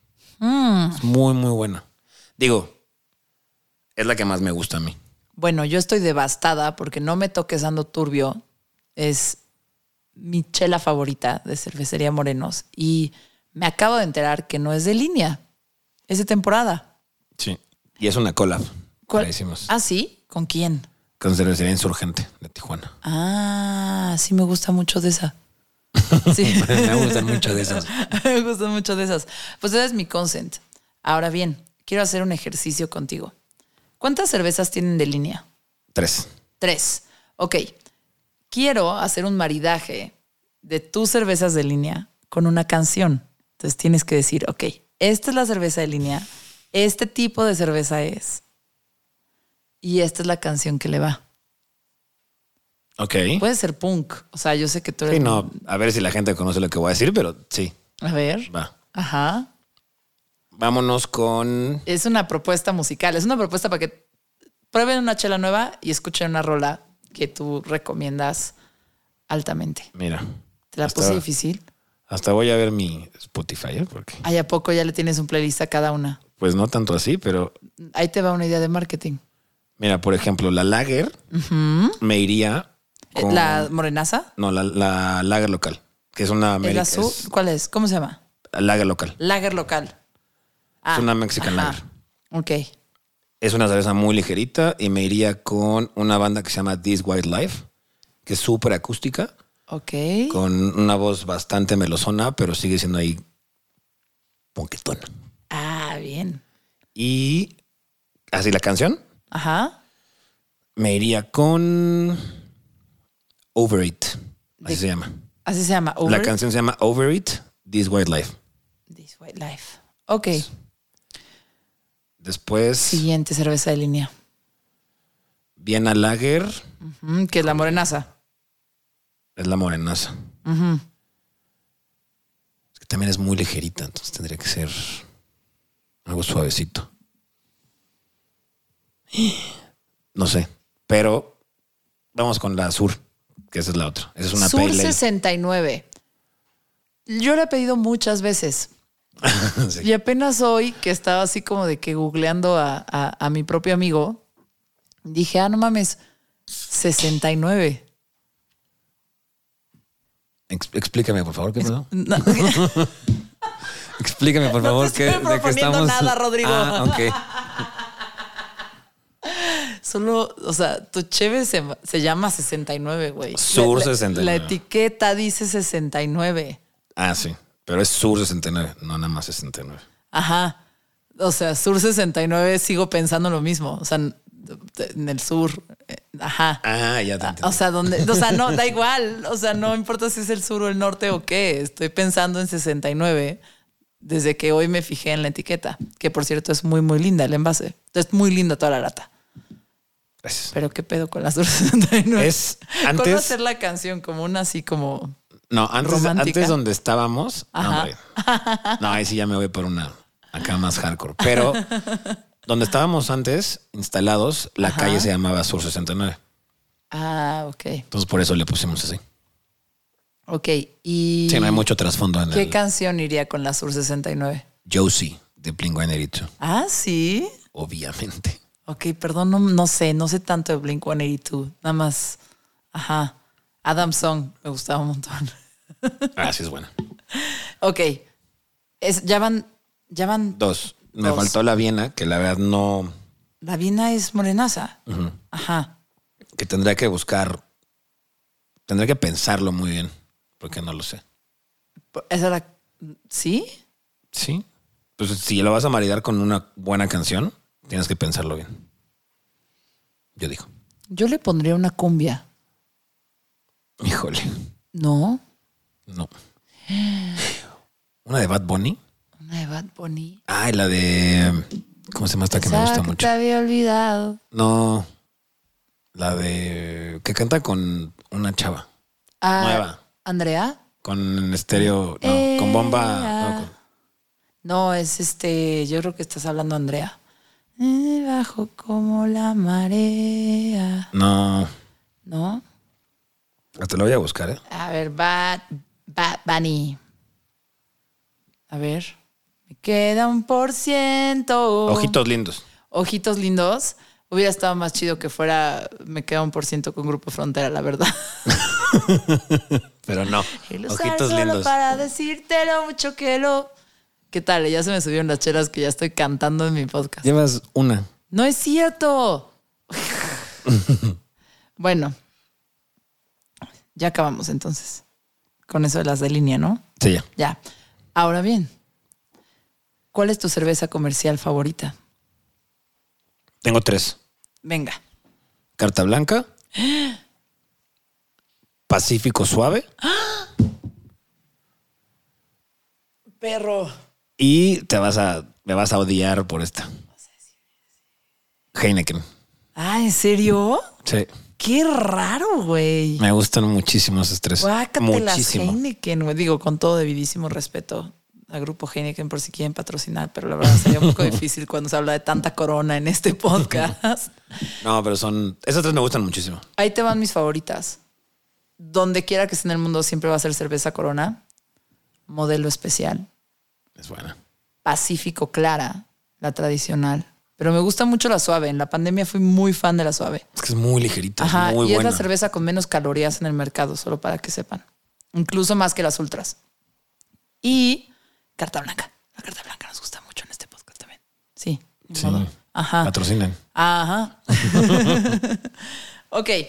Es muy, muy buena. Digo, es la que más me gusta a mí. Bueno, yo estoy devastada porque No Me Toques Ando Turbio es mi chela favorita de Cervecería Morenos y me acabo de enterar que no es de línea, es de temporada. Sí. Y es una collab. ¿Cuál? La hicimos ¿Ah, sí? ¿Con quién? con Cervecería Insurgente de Tijuana. Ah, sí me gusta mucho de esa. Sí. Me gustan mucho de esas. Me gustan mucho de esas. Pues ese es mi consent. Ahora bien, quiero hacer un ejercicio contigo. ¿Cuántas cervezas tienen de línea? 3. 3. Ok. Quiero hacer un maridaje de tus cervezas de línea con una canción. Entonces tienes que decir, ok, esta es la cerveza de línea, este tipo de cerveza es, y esta es la canción que le va. Ok. Puede ser punk. O sea, yo sé que tú eres... Sí, no, a ver si la gente conoce lo que voy a decir, pero sí. A ver. Va. Ajá. Vámonos con... Es una propuesta musical. Es una propuesta para que prueben una chela nueva y escuchen una rola que tú recomiendas altamente. Mira. ¿Te la puse difícil? Hasta voy a ver mi Spotify, ¿eh? Porque ¿Ay, a poco ya le tienes un playlist a cada una? pues no tanto así, pero Ahí te va una idea de marketing. mira, por ejemplo, la Lager me iría con... ¿La morenaza? No, la Lager local, que es una... ¿El azul? ¿Cuál es? ¿Cómo se llama? Lager local. Lager local. Es una Mexican Lager. Ok. Es una cerveza muy ligerita y me iría con una banda que se llama This White Life, que es súper acústica, Ok. con una voz bastante melosona, pero sigue siendo ahí ponquetona. Ah, bien. Y así la canción, Ajá. me iría con Over It, así se llama. Así se llama. La Over canción se llama Over It, This White Life. This White Life. Ok. Después, Siguiente cerveza de línea. Vienna Lager, Que es la morenaza. es la morenaza. Es que también es muy ligerita, entonces tendría que ser... Algo suavecito. No sé, pero vamos con la Sur, que esa es la otra. Esa es una Sur Pale Ale. 69. Yo la he pedido muchas veces. Sí. Y apenas hoy, que estaba así como de que googleando a mi propio amigo, dije, no mames, 69. Explícame, por favor, ¿qué pasó? No, Explícame, por favor, no te estoy proponiendo nada, Rodrigo. Ok. Solo, o sea, tu cheve se llama 69, güey. Sur 69. La etiqueta dice 69. Ah, sí. Pero es Sur 69, no nada más 69. Ajá. O sea, Sur 69 sigo pensando lo mismo. O sea, en el sur. Ajá. Ah, ya te entendí. O sea, no, da igual. O sea, no importa si es el sur o el norte o qué. Estoy pensando en 69 desde que hoy me fijé en la etiqueta. Que por cierto es muy, muy linda el envase. Es muy linda toda la lata. Pero qué pedo con la Sur 69. Es antes. ¿Cómo hacer la canción? Como una así como. No, antes donde estábamos. Ajá. No, no, ahí sí ya me voy por una acá más hardcore. Pero donde estábamos antes, instalados, la calle se llamaba Sur 69. Ah, ok. Entonces por eso le pusimos así. Ok. Y. Sí, no hay mucho trasfondo en ¿Qué canción iría con la Sur 69? Josie, de Blink-182. Ah, sí. Obviamente. Ok, perdón, no sé tanto de Blink-182. Nada más. Ajá. Adam Song me gustaba un montón. Ah, sí es buena. Ok. Ya van. Dos. Me faltó la Viena, que la verdad no. La Viena es morenaza. Uh-huh. Ajá. Que tendría que buscar. Tendría que pensarlo muy bien, porque no lo sé. ¿Esa era? ¿Sí? Sí. Pues si lo vas a maridar con una buena canción, tienes que pensarlo bien. Yo digo. Yo le pondría una cumbia. Híjole. ¿No? No. ¿Una de Bad Bunny? Una de Bad Bunny. Ay, la de. ¿Cómo se llama esta que me gusta que mucho? te había olvidado. No. La de. Que canta con una chava. Nueva. ¿Andrea? Con estéreo. No, con bomba. No, es yo creo que estás hablando, Andrea. Bajo como la marea. No. ¿No? Hasta lo voy a buscar, ¿eh? A ver, Bad Bunny. A ver. Me queda 1%. Ojitos lindos. Ojitos lindos. Hubiera estado más chido que fuera Me queda 1% con Grupo Frontera, la verdad. Pero no. Ojitos lindos. Para decirte lo mucho que lo... ¿Qué tal? Ya se me subieron las chelas que ya estoy cantando en mi podcast. Llevas una. ¡No es cierto! Bueno. Ya acabamos entonces. Con eso de las de línea, ¿no? Sí, ya. Ya. Ahora bien. ¿Cuál es tu cerveza comercial favorita? Tengo 3. Venga. Carta Blanca. Pacífico Suave. Perro. Y me vas a odiar por esta. Heineken. Ah, ¿en serio? Sí. Qué raro, güey. Me gustan muchísimo esos 3. Guácate las muchísimo. Heineken, güey. Digo, con todo devidísimo respeto al grupo Heineken por si quieren patrocinar, pero la verdad sería un poco difícil cuando se habla de tanta corona en este podcast. No, pero esas 3 me gustan muchísimo. Ahí te van mis favoritas. Donde quiera que esté en el mundo siempre va a ser cerveza Corona. Modelo especial. Es buena. Pacífico Clara, la tradicional. Pero me gusta mucho la suave. En la pandemia fui muy fan de la suave. Es que es muy ligerita. Ajá, es muy y buena. es la cerveza con menos calorías en el mercado, solo para que sepan. Incluso más que las ultras. Y Carta Blanca. La Carta Blanca nos gusta mucho en este podcast también. Sí. Sí. Ajá. Patrocinan. Ajá. Ok.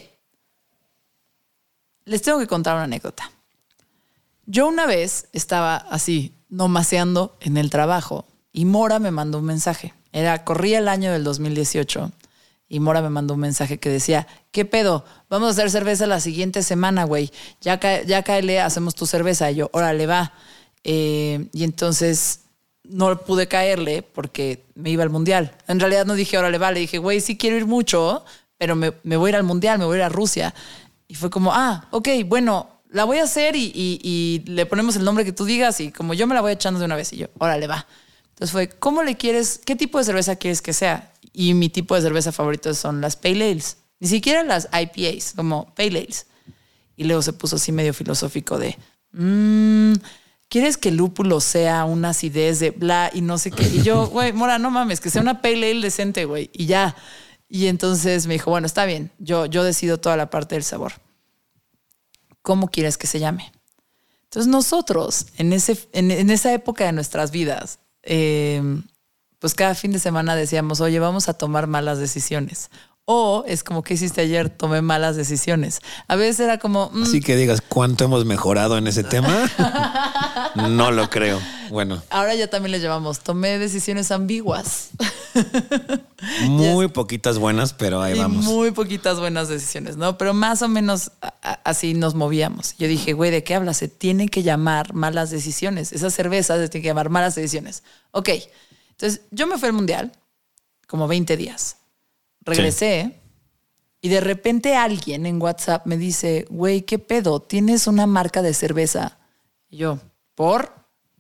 Les tengo que contar una anécdota. Yo una vez estaba así, nomaseando en el trabajo y Mora me mandó un mensaje. Corría el año del 2018 y Mora me mandó un mensaje que decía, ¿qué pedo? Vamos a hacer cerveza la siguiente semana, güey. Ya cáele, hacemos tu cerveza. Y yo, órale, va. Y entonces no pude caerle porque me iba al mundial. En realidad no dije, órale, va. Le dije, güey, sí quiero ir mucho, pero me voy a ir al mundial, me voy a ir a Rusia. Y fue como, ok, bueno, la voy a hacer y le ponemos el nombre que tú digas y como yo me la voy echando de una vez. Y yo, órale, va. Entonces fue, ¿qué tipo de cerveza quieres que sea? Y mi tipo de cerveza favorito son las Pale Ales. Ni siquiera las IPAs, como Pale Ales. Y luego se puso así medio filosófico de, ¿quieres que el lúpulo sea una acidez de bla y no sé qué? Y yo, güey, Mora, no mames, que sea una Pale Ale decente, güey. Y ya. Y entonces me dijo, bueno, está bien. Yo decido toda la parte del sabor. ¿Cómo quieres que se llame? Entonces nosotros, en esa época de nuestras vidas, pues cada fin de semana decíamos, oye, vamos a tomar malas decisiones. O es como, ¿qué hiciste ayer? Tomé malas decisiones. A veces era como... Así que digas, ¿cuánto hemos mejorado en ese tema? No lo creo. Bueno. Ahora ya también le llamamos, tomé decisiones ambiguas. Muy poquitas buenas, pero ahí vamos. Muy poquitas buenas decisiones, ¿no? Pero más o menos así nos movíamos. Yo dije, güey, ¿de qué hablas? Se tienen que llamar malas decisiones. Esas cervezas se tienen que llamar malas decisiones. Ok. Entonces, yo me fui al mundial como 20 días. Regresé y de repente alguien en WhatsApp me dice, güey, ¿qué pedo? ¿Tienes una marca de cerveza? Y yo, ¿por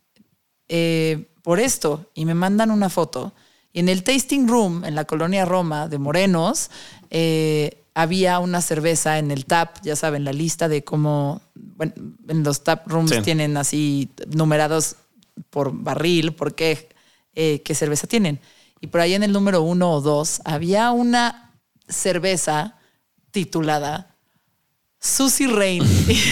esto. Y me mandan una foto. Y en el tasting room, en la colonia Roma de Morenos, había una cerveza en el tap, ya saben, la lista de cómo, bueno, en los tap rooms tienen así numerados por barril, por qué cerveza tienen. Y por ahí en el número 1 o 2 había una cerveza titulada Susie Rain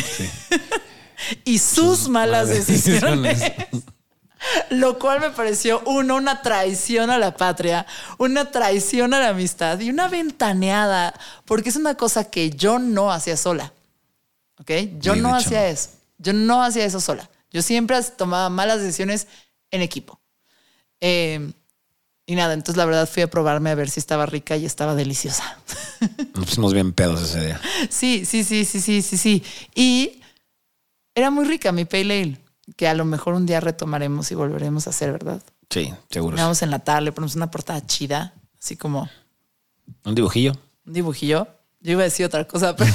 y sus malas decisiones. Lo cual me pareció una traición a la patria, una traición a la amistad y una ventaneada, porque es una cosa que yo no hacía sola. ¿Ok? Yo no hacía eso. Yo no hacía eso sola. Yo siempre tomaba malas decisiones en equipo. Y nada, entonces la verdad fui a probarme a ver si estaba rica y estaba deliciosa. Nos pusimos bien pedos ese día. Sí. Y era muy rica mi Pale Ale, que a lo mejor un día retomaremos y volveremos a hacer, ¿verdad? Sí, seguro. Vamos a enlatar, le ponemos una portada chida, así como... ¿Un dibujillo? ¿Un dibujillo? Yo iba a decir otra cosa, pero...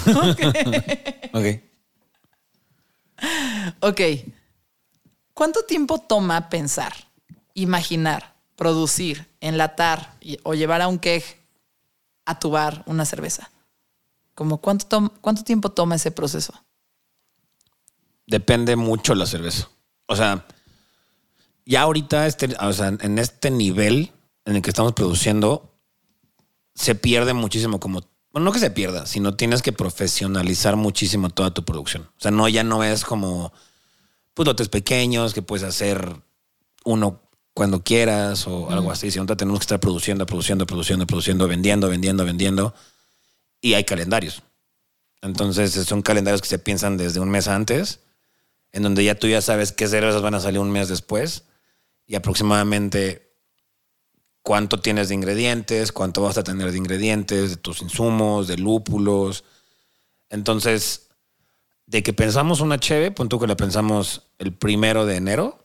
Ok. ¿Cuánto tiempo toma pensar, imaginar, producir, enlatar o llevar a un keg a tu bar una cerveza? ¿Cómo cuánto tiempo toma ese proceso? Depende mucho la cerveza. O sea, ya ahorita en este nivel en el que estamos produciendo, se pierde muchísimo como... Bueno, no que se pierda, sino tienes que profesionalizar muchísimo toda tu producción. O sea, ya no es como pues lotes pequeños que puedes hacer uno cuando quieras o algo así. Sino que tenemos que estar produciendo, vendiendo. Y hay calendarios. Entonces son calendarios que se piensan desde un mes antes, en donde ya tú ya sabes qué cervezas van a salir un mes después y aproximadamente cuánto tienes de ingredientes, cuánto vas a tener de ingredientes, de tus insumos, de lúpulos. Entonces, de que pensamos una cheve, pon tú que la pensamos el 1 de enero,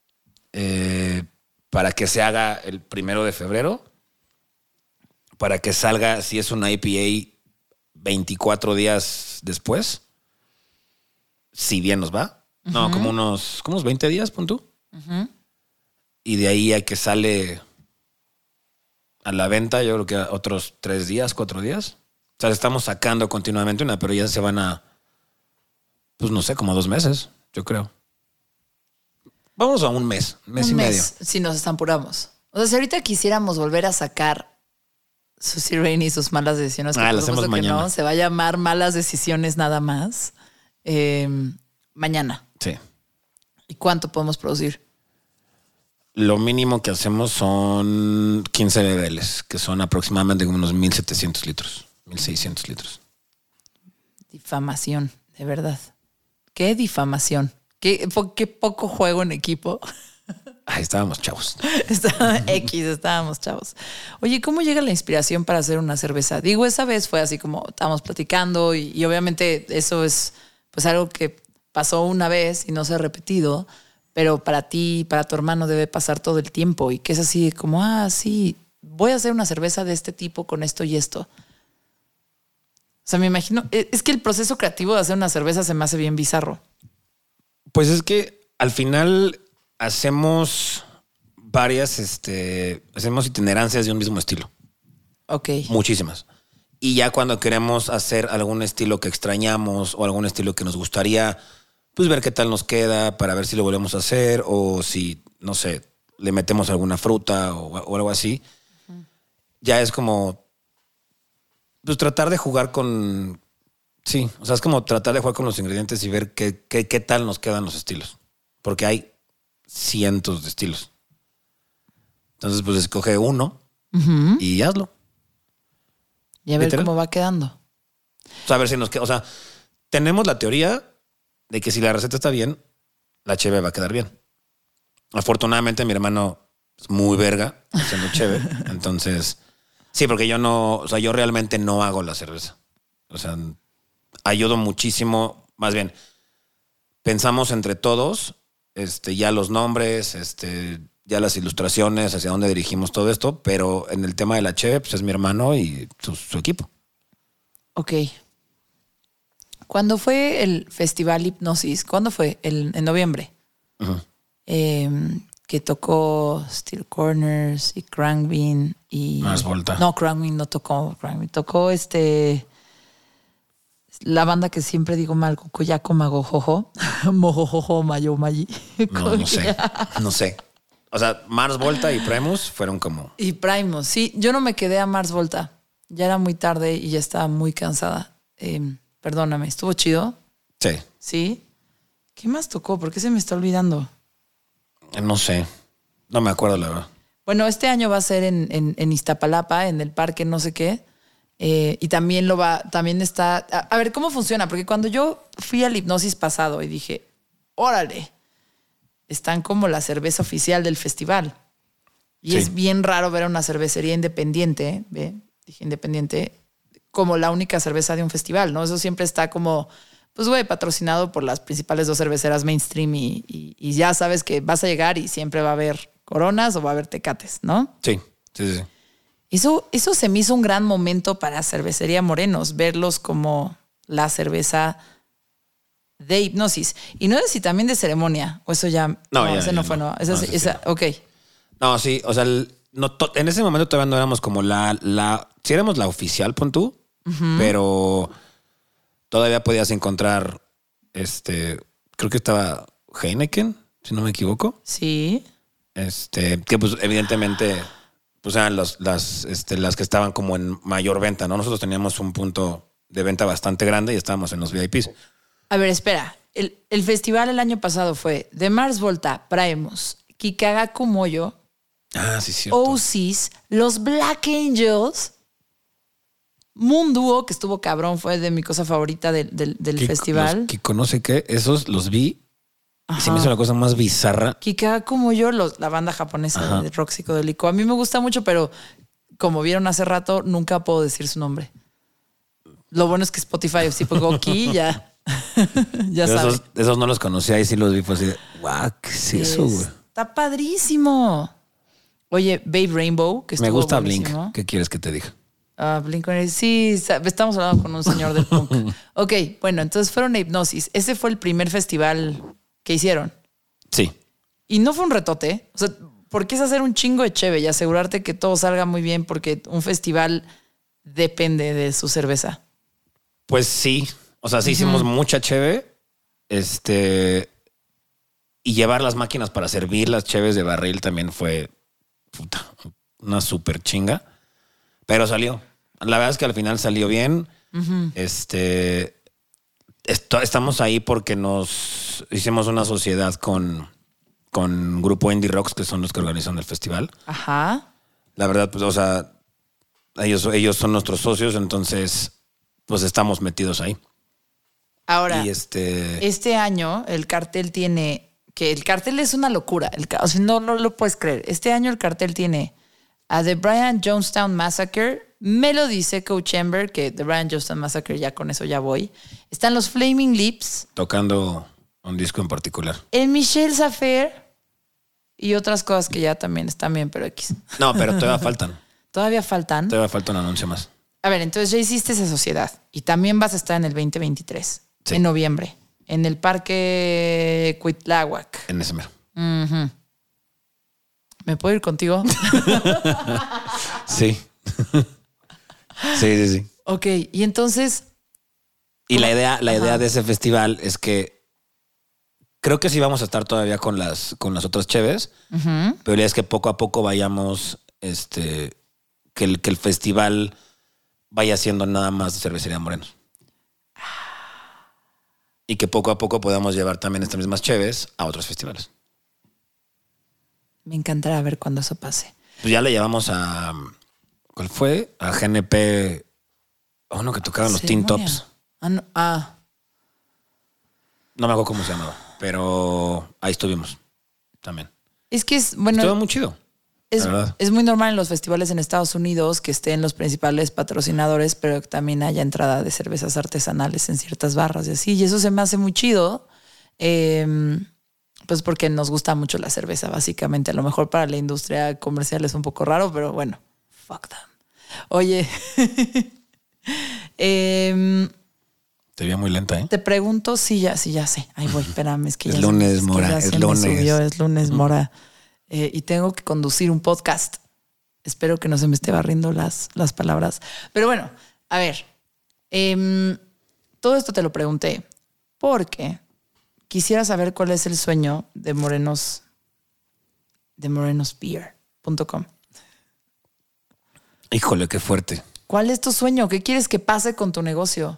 para que se haga el 1 de febrero, para que salga, si es una IPA, 24 días después, si bien nos va. No, como unos 20 días, pon tú. Y de ahí a que sale a la venta, yo creo que otros 3 días, 4 días. O sea, le estamos sacando continuamente una, pero ya se van a, pues no sé, como 2 meses, yo creo. Vamos a un mes y medio. Si nos apuramos. O sea, si ahorita quisiéramos volver a sacar Susie Rain y sus malas decisiones, lo hacemos mañana. No, se va a llamar Malas Decisiones nada más. Mañana. Sí. ¿Y cuánto podemos producir? Lo mínimo que hacemos son 15 BBLs, que son aproximadamente unos 1,700 litros, 1,600 litros. Difamación, de verdad. ¿Qué difamación? ¿Qué poco juego en equipo? Ay, estábamos chavos. Estábamos chavos. Oye, ¿cómo llega la inspiración para hacer una cerveza? Digo, esa vez fue así como estábamos platicando y obviamente eso es pues algo que pasó una vez y no se ha repetido, pero para ti, para tu hermano debe pasar todo el tiempo y que es así como, sí, voy a hacer una cerveza de este tipo con esto y esto. O sea, me imagino, es que el proceso creativo de hacer una cerveza se me hace bien bizarro. Pues es que al final hacemos varias, hacemos itinerancias de un mismo estilo. Ok. Muchísimas. Y ya cuando queremos hacer algún estilo que extrañamos o algún estilo que nos gustaría, pues ver qué tal nos queda para ver si lo volvemos a hacer o si, no sé, le metemos alguna fruta o algo así. Ya es como, pues tratar de jugar con... Sí, o sea, es como tratar de jugar con los ingredientes y ver qué tal nos quedan los estilos. Porque hay cientos de estilos. Entonces, pues escoge uno y hazlo. Y a ver ¿Literal? cómo va quedando. O sea, a ver si nos queda. O sea, tenemos la teoría de que si la receta está bien, la cheve va a quedar bien. Afortunadamente, mi hermano es muy verga haciendo cheve. Entonces, sí, porque yo no, o sea, yo realmente no hago la cerveza. O sea, ayudo muchísimo. Más bien, pensamos entre todos, ya los nombres, ya las ilustraciones, hacia dónde dirigimos todo esto, pero en el tema de la cheve, pues es mi hermano y su equipo. Ok. ¿Cuándo fue el Festival Hipnosis? ¿Cuándo fue? En noviembre. Uh-huh. Que tocó Steel Corners y Crankbean y... Mars Volta. No, Crankbean no tocó. Crankbean tocó la banda que siempre digo mal, Cocoyaco Magojojo. Mojojojo Mayo Mayi. No sé. O sea, Mars Volta y Primus fueron como... Y Primus, sí. Yo no me quedé a Mars Volta. Ya era muy tarde y ya estaba muy cansada. Perdóname, ¿estuvo chido? Sí. ¿Sí? ¿Qué más tocó? ¿Por qué se me está olvidando? No sé. No me acuerdo, la verdad. Bueno, este año va a ser en Iztapalapa, en el parque no sé qué. Y también también está... A ver, ¿cómo funciona? Porque cuando yo fui al Hipnosis pasado y dije, órale, están como la cerveza oficial del festival. Y sí. Es bien raro ver a una cervecería independiente, ¿ve? Dije independiente, como la única cerveza de un festival, ¿no? Eso siempre está como, pues güey, patrocinado por las principales 2 cerveceras mainstream y ya sabes que vas a llegar y siempre va a haber Coronas o va a haber Tecates, ¿no? Sí. Eso se me hizo un gran momento para Cervecería Morenos, verlos como la cerveza de Hipnosis. Y no sé si también de ceremonia, o eso ya... No, ese no fue, no. Esa, ok. No, sí, o sea, en ese momento todavía no éramos como sí éramos la oficial, pon tú, pero todavía podías encontrar, creo que estaba Heineken, si no me equivoco. Sí. Que pues evidentemente pues eran las que estaban como en mayor venta, ¿no? Nosotros teníamos un punto de venta bastante grande y estábamos en los VIPs. A ver, espera. El festival el año pasado fue de Mars Volta, Primus, Kikagaku Moyo, sí, cierto. Oasis, los Black Angels, Moon Duo, que estuvo cabrón, fue de mi cosa favorita del festival. Que conoce que esos los vi. Y se me hizo la cosa más bizarra. Kikagaku Moyo, la banda japonesa de rock psicodélico. A mí me gusta mucho, pero como vieron hace rato, nunca puedo decir su nombre. Lo bueno es que Spotify, si pongo aquí, ya sabes. Esos no los conocía y sí los vi, pues así de, guau, ¿qué es eso, güey? Está padrísimo. Oye, Babe Rainbow, que estuvo me gusta buenísimo. Blink. ¿Qué quieres que te diga? Blink, sí, estamos hablando con un señor del punk. Ok, bueno, entonces fueron a Hipnosis. Ese fue el primer festival que hicieron. Sí. Y no fue un retote. O sea, porque es hacer un chingo de cheve y asegurarte que todo salga muy bien, porque un festival depende de su cerveza. Pues sí. O sea, sí hicimos mucha cheve. Y llevar las máquinas para servir las cheves de barril también fue una súper chinga. Pero salió. La verdad es que al final salió bien. Estamos ahí porque nos hicimos una sociedad con Grupo Indie Rocks, que son los que organizan el festival. Ajá. La verdad, pues, o sea, ellos son nuestros socios, entonces, pues estamos metidos ahí. Ahora, y este año el cartel tiene... Que el cartel es una locura. O sea, no lo puedes creer. Este año el cartel tiene a The Brian Jonestown Massacre, Melody Echo Chamber, que The Brian Jonestown Massacre, ya con eso ya voy. Están los Flaming Lips. Tocando un disco en particular. El Michel Safer y otras cosas que ya también están bien, pero X. No, pero todavía faltan. ¿Todavía faltan? Todavía falta un anuncio más. A ver, entonces ya hiciste esa sociedad y también vas a estar en el 2023, en noviembre, en el Parque Cuitláhuac. En ese mero. ¿Me puedo ir contigo? Sí. Sí. Ok, y entonces... Y la idea de ese festival es que creo que sí vamos a estar todavía con las otras cheves, pero la idea es que poco a poco vayamos, que el festival vaya siendo nada más de Cervecería Morenos. Y que poco a poco podamos llevar también estas mismas cheves a otros festivales. Me encantará ver cuando eso pase. Pues ya le llevamos a... ¿Cuál fue? A GNP... uno que tocaban los Teen Tops. No me acuerdo cómo se llamaba, pero ahí estuvimos también. Es que es, bueno... Estuvo muy chido. Es muy normal en los festivales en Estados Unidos que estén los principales patrocinadores, pero que también haya entrada de cervezas artesanales en ciertas barras y así. Y eso se me hace muy chido, pues porque nos gusta mucho la cerveza, básicamente. A lo mejor para la industria comercial es un poco raro, pero bueno, fuck them. Oye, te veía muy lenta, ¿eh? Te pregunto, sí, ya sé. Ahí voy, espérame, es que es ya lunes, Mora, es lunes. Es lunes, Mora. Y tengo que conducir un podcast. Espero que no se me esté barriendo las palabras. Pero bueno, a ver. Todo esto te lo pregunté porque quisiera saber cuál es el sueño de morenosbeer.com. Híjole, qué fuerte. ¿Cuál es tu sueño? ¿Qué quieres que pase con tu negocio?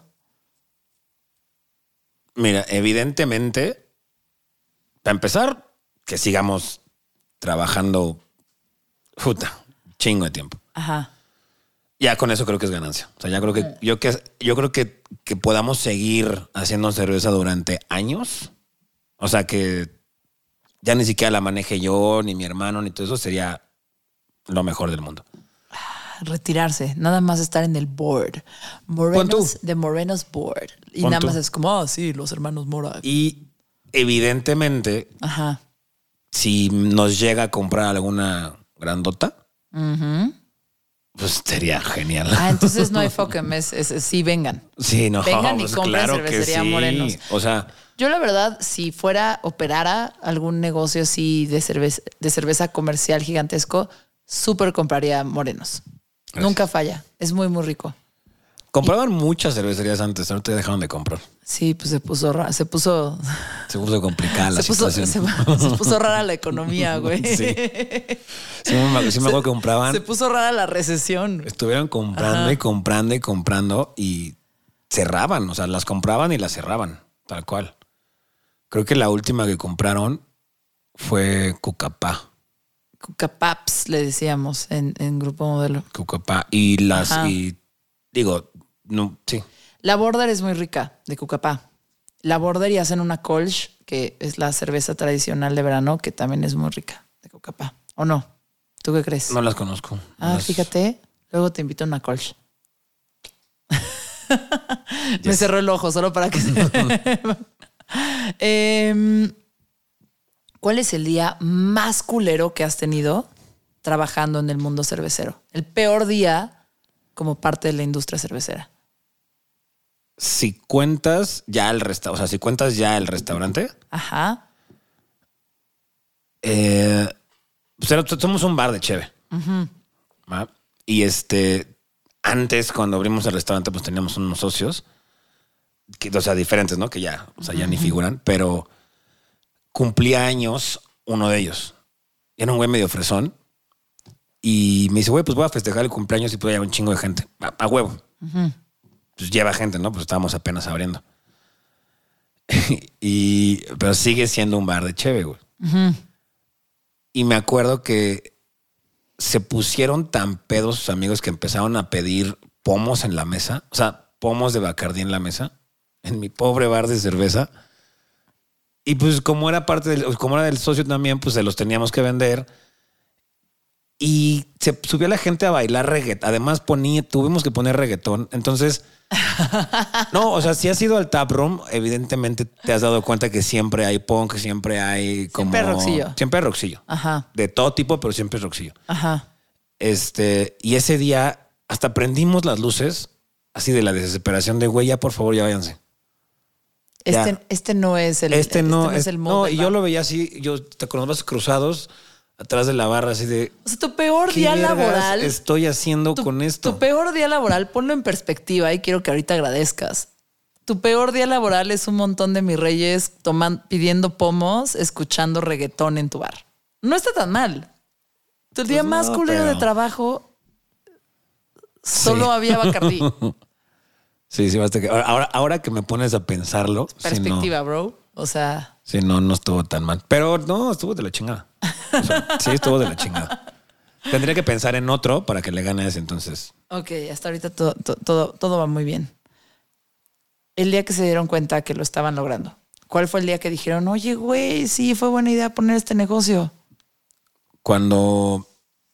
Mira, evidentemente, para empezar, que sigamos trabajando chingo de tiempo. Ajá. Ya con eso creo que es ganancia. O sea, ya creo que yo creo que podamos seguir haciendo cerveza durante años. O sea, que ya ni siquiera la maneje yo, ni mi hermano, ni todo eso, sería lo mejor del mundo. Retirarse, nada más estar en el board. De Morenos Board. Y nada más es como, sí, los hermanos Mora. Y evidentemente, ajá, si nos llega a comprar alguna grandota, pues sería genial. Entonces no hay FOCM, es sí, vengan. Sí, no. Vengan pues y compren claro Cervecería Morenos. O sea, yo la verdad, si operara algún negocio así de cerveza comercial gigantesco, súper compraría Morenos. Gracias. Nunca falla. Es muy, muy rico. Compraban muchas cervecerías antes, ahorita dejaron de comprar. Sí, pues se puso complicada la situación. Se puso rara la economía, güey. Sí. Sí me acuerdo que compraban. Se puso rara la recesión. Estuvieron comprando y comprando y cerraban. O sea, las compraban y las cerraban, tal cual. Creo que la última que compraron fue Cucapá. Cucapaps le decíamos en Grupo Modelo. Cucapá. No, sí. La Border es muy rica, de Cucapá. La Border y hacen una Kolsch, que es la cerveza tradicional de verano, que también es muy rica, de Cucapá. ¿O no? ¿Tú qué crees? No las conozco. Fíjate. Luego te invito a una Kolsch. Me cerró el ojo solo para que ¿Cuál es el día más culero que has tenido trabajando en el mundo cervecero? El peor día como parte de la industria cervecera. Si cuentas ya el restaurante. Ajá. Pues somos un bar de cheve. ¿Va? Y antes, cuando abrimos el restaurante, pues teníamos unos socios, diferentes, ¿no? Que ya, ya ni figuran, pero cumplía años uno de ellos. Y era un güey medio fresón. Y me dice, güey, pues voy a festejar el cumpleaños y puede llevar un chingo de gente. A huevo. Pues lleva gente, ¿no? Pues estábamos apenas abriendo. Pero sigue siendo un bar de cheve, güey. Y me acuerdo que se pusieron tan pedos sus amigos que empezaron a pedir pomos en la mesa. O sea, pomos de Bacardí en la mesa. En mi pobre bar de cerveza. Y pues como era del socio también, pues se los teníamos que vender. Y se subió la gente a bailar reggaetón. Además tuvimos que poner reggaetón. Entonces, no, o sea, si has ido al taproom, evidentemente te has dado cuenta que siempre hay punk, siempre hay como... Siempre rockcillo. Ajá. De todo tipo, pero siempre rockcillo. Ajá. Y ese día hasta prendimos las luces, así de la desesperación de, güey, ya por favor, ya váyanse. Este no es el... Este no es el modo. No, y yo lo veía así, con los brazos cruzados, atrás de la barra así de... O sea, tu peor ¿qué día vergas laboral... estoy haciendo con esto? Tu peor día laboral, ponlo en perspectiva y quiero que ahorita agradezcas. Tu peor día laboral es un montón de mis reyes pidiendo pomos, escuchando reggaetón en tu bar. No está tan mal. Tu día más culero de trabajo, solo había Bacardí. Sí, basta que... Ahora que me pones a pensarlo... Perspectiva, bro. O sea... Sí, no estuvo tan mal. Pero no, estuvo de la chingada. O sea, sí, estuvo de la chingada. Tendría que pensar en otro para que le gane a ese entonces. Ok, hasta ahorita todo va muy bien. El día que se dieron cuenta que lo estaban logrando, ¿cuál fue el día que dijeron, oye, güey, sí, fue buena idea poner este negocio? Cuando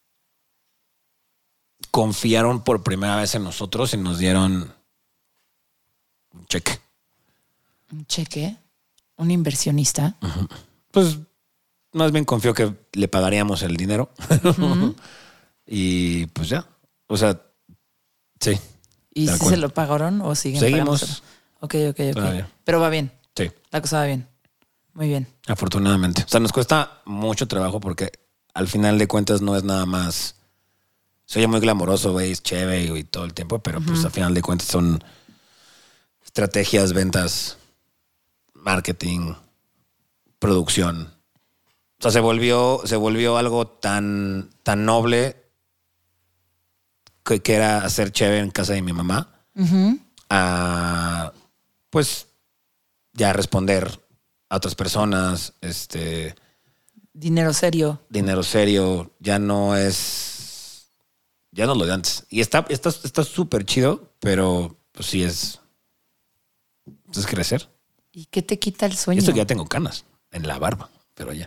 confiaron por primera vez en nosotros y nos dieron un cheque. ¿Un cheque? ¿Un inversionista? Uh-huh. Pues más bien confió que le pagaríamos el dinero. Uh-huh. Y pues ya. O sea, sí. ¿Y si se lo pagaron o siguen Seguimos. pagándoselo? Ok. Pero va bien. Sí. La cosa va bien. Muy bien. Afortunadamente. O sea, nos cuesta mucho trabajo porque al final de cuentas no es nada más... Se oye muy glamoroso, güey, es chévere y todo el tiempo, pero pues al final de cuentas son estrategias, ventas, marketing, producción. O sea, se volvió algo tan noble que era hacer chévere en casa de mi mamá. Uh-huh. A, pues, ya responder a otras personas, Dinero serio. Ya no lo de antes. Y está súper chido, pero pues sí es crecer. ¿Y qué te quita el sueño? Y esto que ya tengo canas en la barba, pero ya.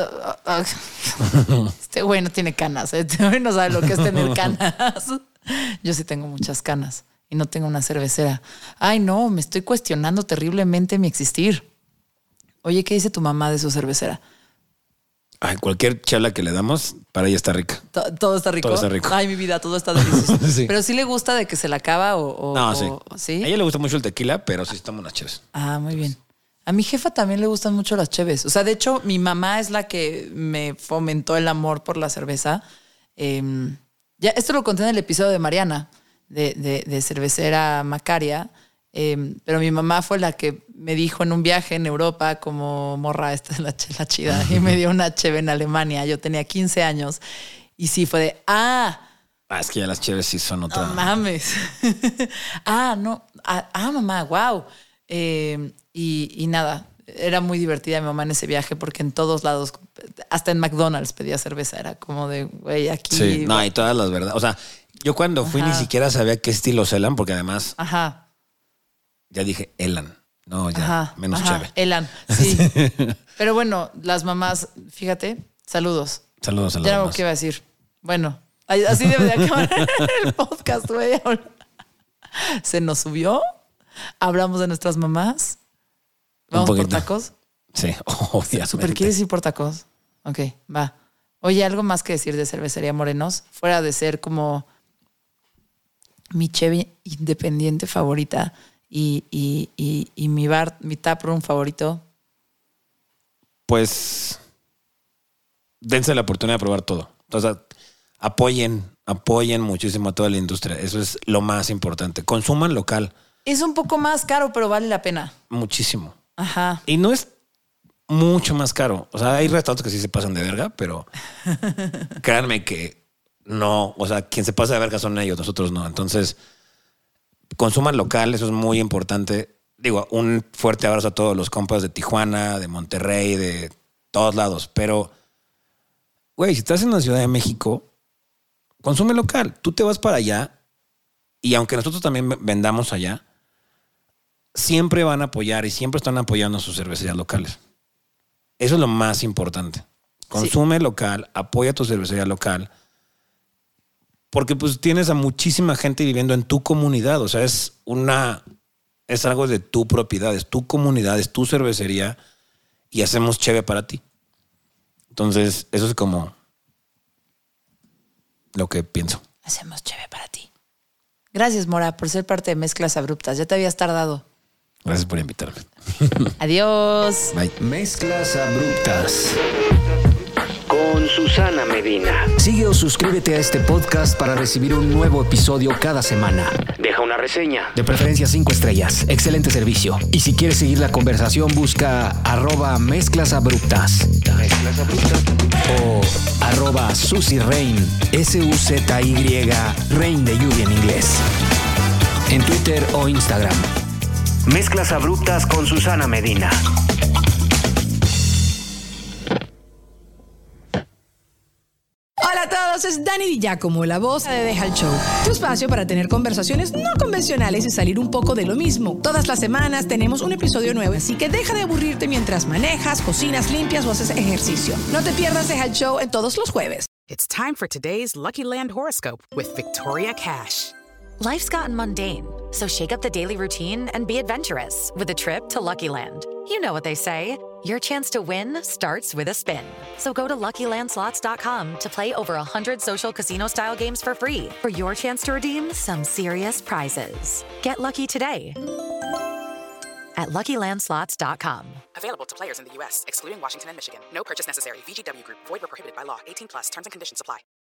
Este güey no tiene canas. Este güey no sabe lo que es tener canas. Yo sí tengo muchas canas y no tengo una cervecera. Ay, no, me estoy cuestionando terriblemente mi existir. Oye, ¿qué dice tu mamá de su cervecera? Ay, cualquier chela que le damos, para ella está rica. ¿Todo está rico? Todo está rico. Ay, mi vida, todo está delicioso. Sí. Pero sí le gusta de que se la acaba No, sí. ¿sí? A ella le gusta mucho el tequila, pero sí toma unas cheves. Ah, muy bien. A mi jefa también le gustan mucho las cheves. O sea, de hecho, mi mamá es la que me fomentó el amor por la cerveza. Ya esto lo conté en el episodio de Mariana, de cervecera Macaria. Pero mi mamá fue la que me dijo en un viaje en Europa, como morra, esta es la chela chida, y me dio una cheve en Alemania. Yo tenía 15 años y sí fue de, es que ya las cheves sí son otra. No mames. Mamá, wow. Y nada, era muy divertida mi mamá en ese viaje porque en todos lados, hasta en McDonald's pedía cerveza. Era como de, güey, aquí. Sí, no, y todas las verdades. O sea, yo cuando fui ni siquiera sabía qué estilos eran, porque además... Ajá. Ya dije Elan. No, ya, menos chévere. Elan, sí. Pero bueno, las mamás, fíjate, saludos. Saludos a las ya mamás. No, ¿qué iba a decir? Bueno, así debe de acabar el podcast, güey. Se nos subió, hablamos de nuestras mamás. ¿Vamos por tacos? Sí, obviamente. ¿Súper quieres ir por tacos? Ok, va. Oye, ¿algo más que decir de Cervecería Morenos? Fuera de ser como mi cheve independiente favorita y mi bar, mi taproom favorito. Pues dense la oportunidad de probar todo. O sea, apoyen muchísimo a toda la industria. Eso es lo más importante. Consuman local. Es un poco más caro, pero vale la pena. Muchísimo. Ajá. Y no es mucho más caro. O sea, hay restaurantes que sí se pasan de verga, pero créanme que no. O sea, quien se pasa de verga son ellos, nosotros no. Entonces, consuman local, eso es muy importante. Digo, un fuerte abrazo a todos los compas de Tijuana, de Monterrey, de todos lados. Pero, güey, si estás en la Ciudad de México, consume local. Tú te vas para allá y aunque nosotros también vendamos allá, siempre van a apoyar y siempre están apoyando a sus cervecerías locales. Eso es lo más importante. Consume local, apoya a tu cervecería local, porque pues tienes a muchísima gente viviendo en tu comunidad. O sea, es algo de tu propiedad, es tu comunidad, es tu cervecería y hacemos cheve para ti. Entonces, eso es como lo que pienso. Hacemos cheve para ti. Gracias, Mora, por ser parte de Mezclas Abruptas. Ya te habías tardado. Gracias por invitarme. Adiós. Bye. Mezclas Abruptas. con Susana Medina. Sigue o suscríbete a este podcast para recibir un nuevo episodio cada semana. Deja una reseña. De preferencia 5 estrellas. Excelente servicio. Y si quieres seguir la conversación, busca @mezclasabruptas. O @SuzyRain. SUZY Rain de lluvia en inglés. En Twitter o Instagram. Mezclas Abruptas con Susana Medina. Hola a todos, es Dani Di Giacomo, la voz de Deja el Show. Tu espacio para tener conversaciones no convencionales y salir un poco de lo mismo. Todas las semanas tenemos un episodio nuevo, así que deja de aburrirte mientras manejas, cocinas, limpias o haces ejercicio. No te pierdas Deja el Show en todos los jueves. It's time for today's Lucky Land horoscope with Victoria Cash. Life's gotten mundane, so shake up the daily routine and be adventurous with a trip to Lucky Land. You know what they say, your chance to win starts with a spin. So go to LuckyLandSlots.com to play over 100 social casino-style games for free for your chance to redeem some serious prizes. Get lucky today at LuckyLandSlots.com. Available to players in the U.S., excluding Washington and Michigan. No purchase necessary. VGW Group. Void where prohibited by law. 18+. Terms and conditions apply.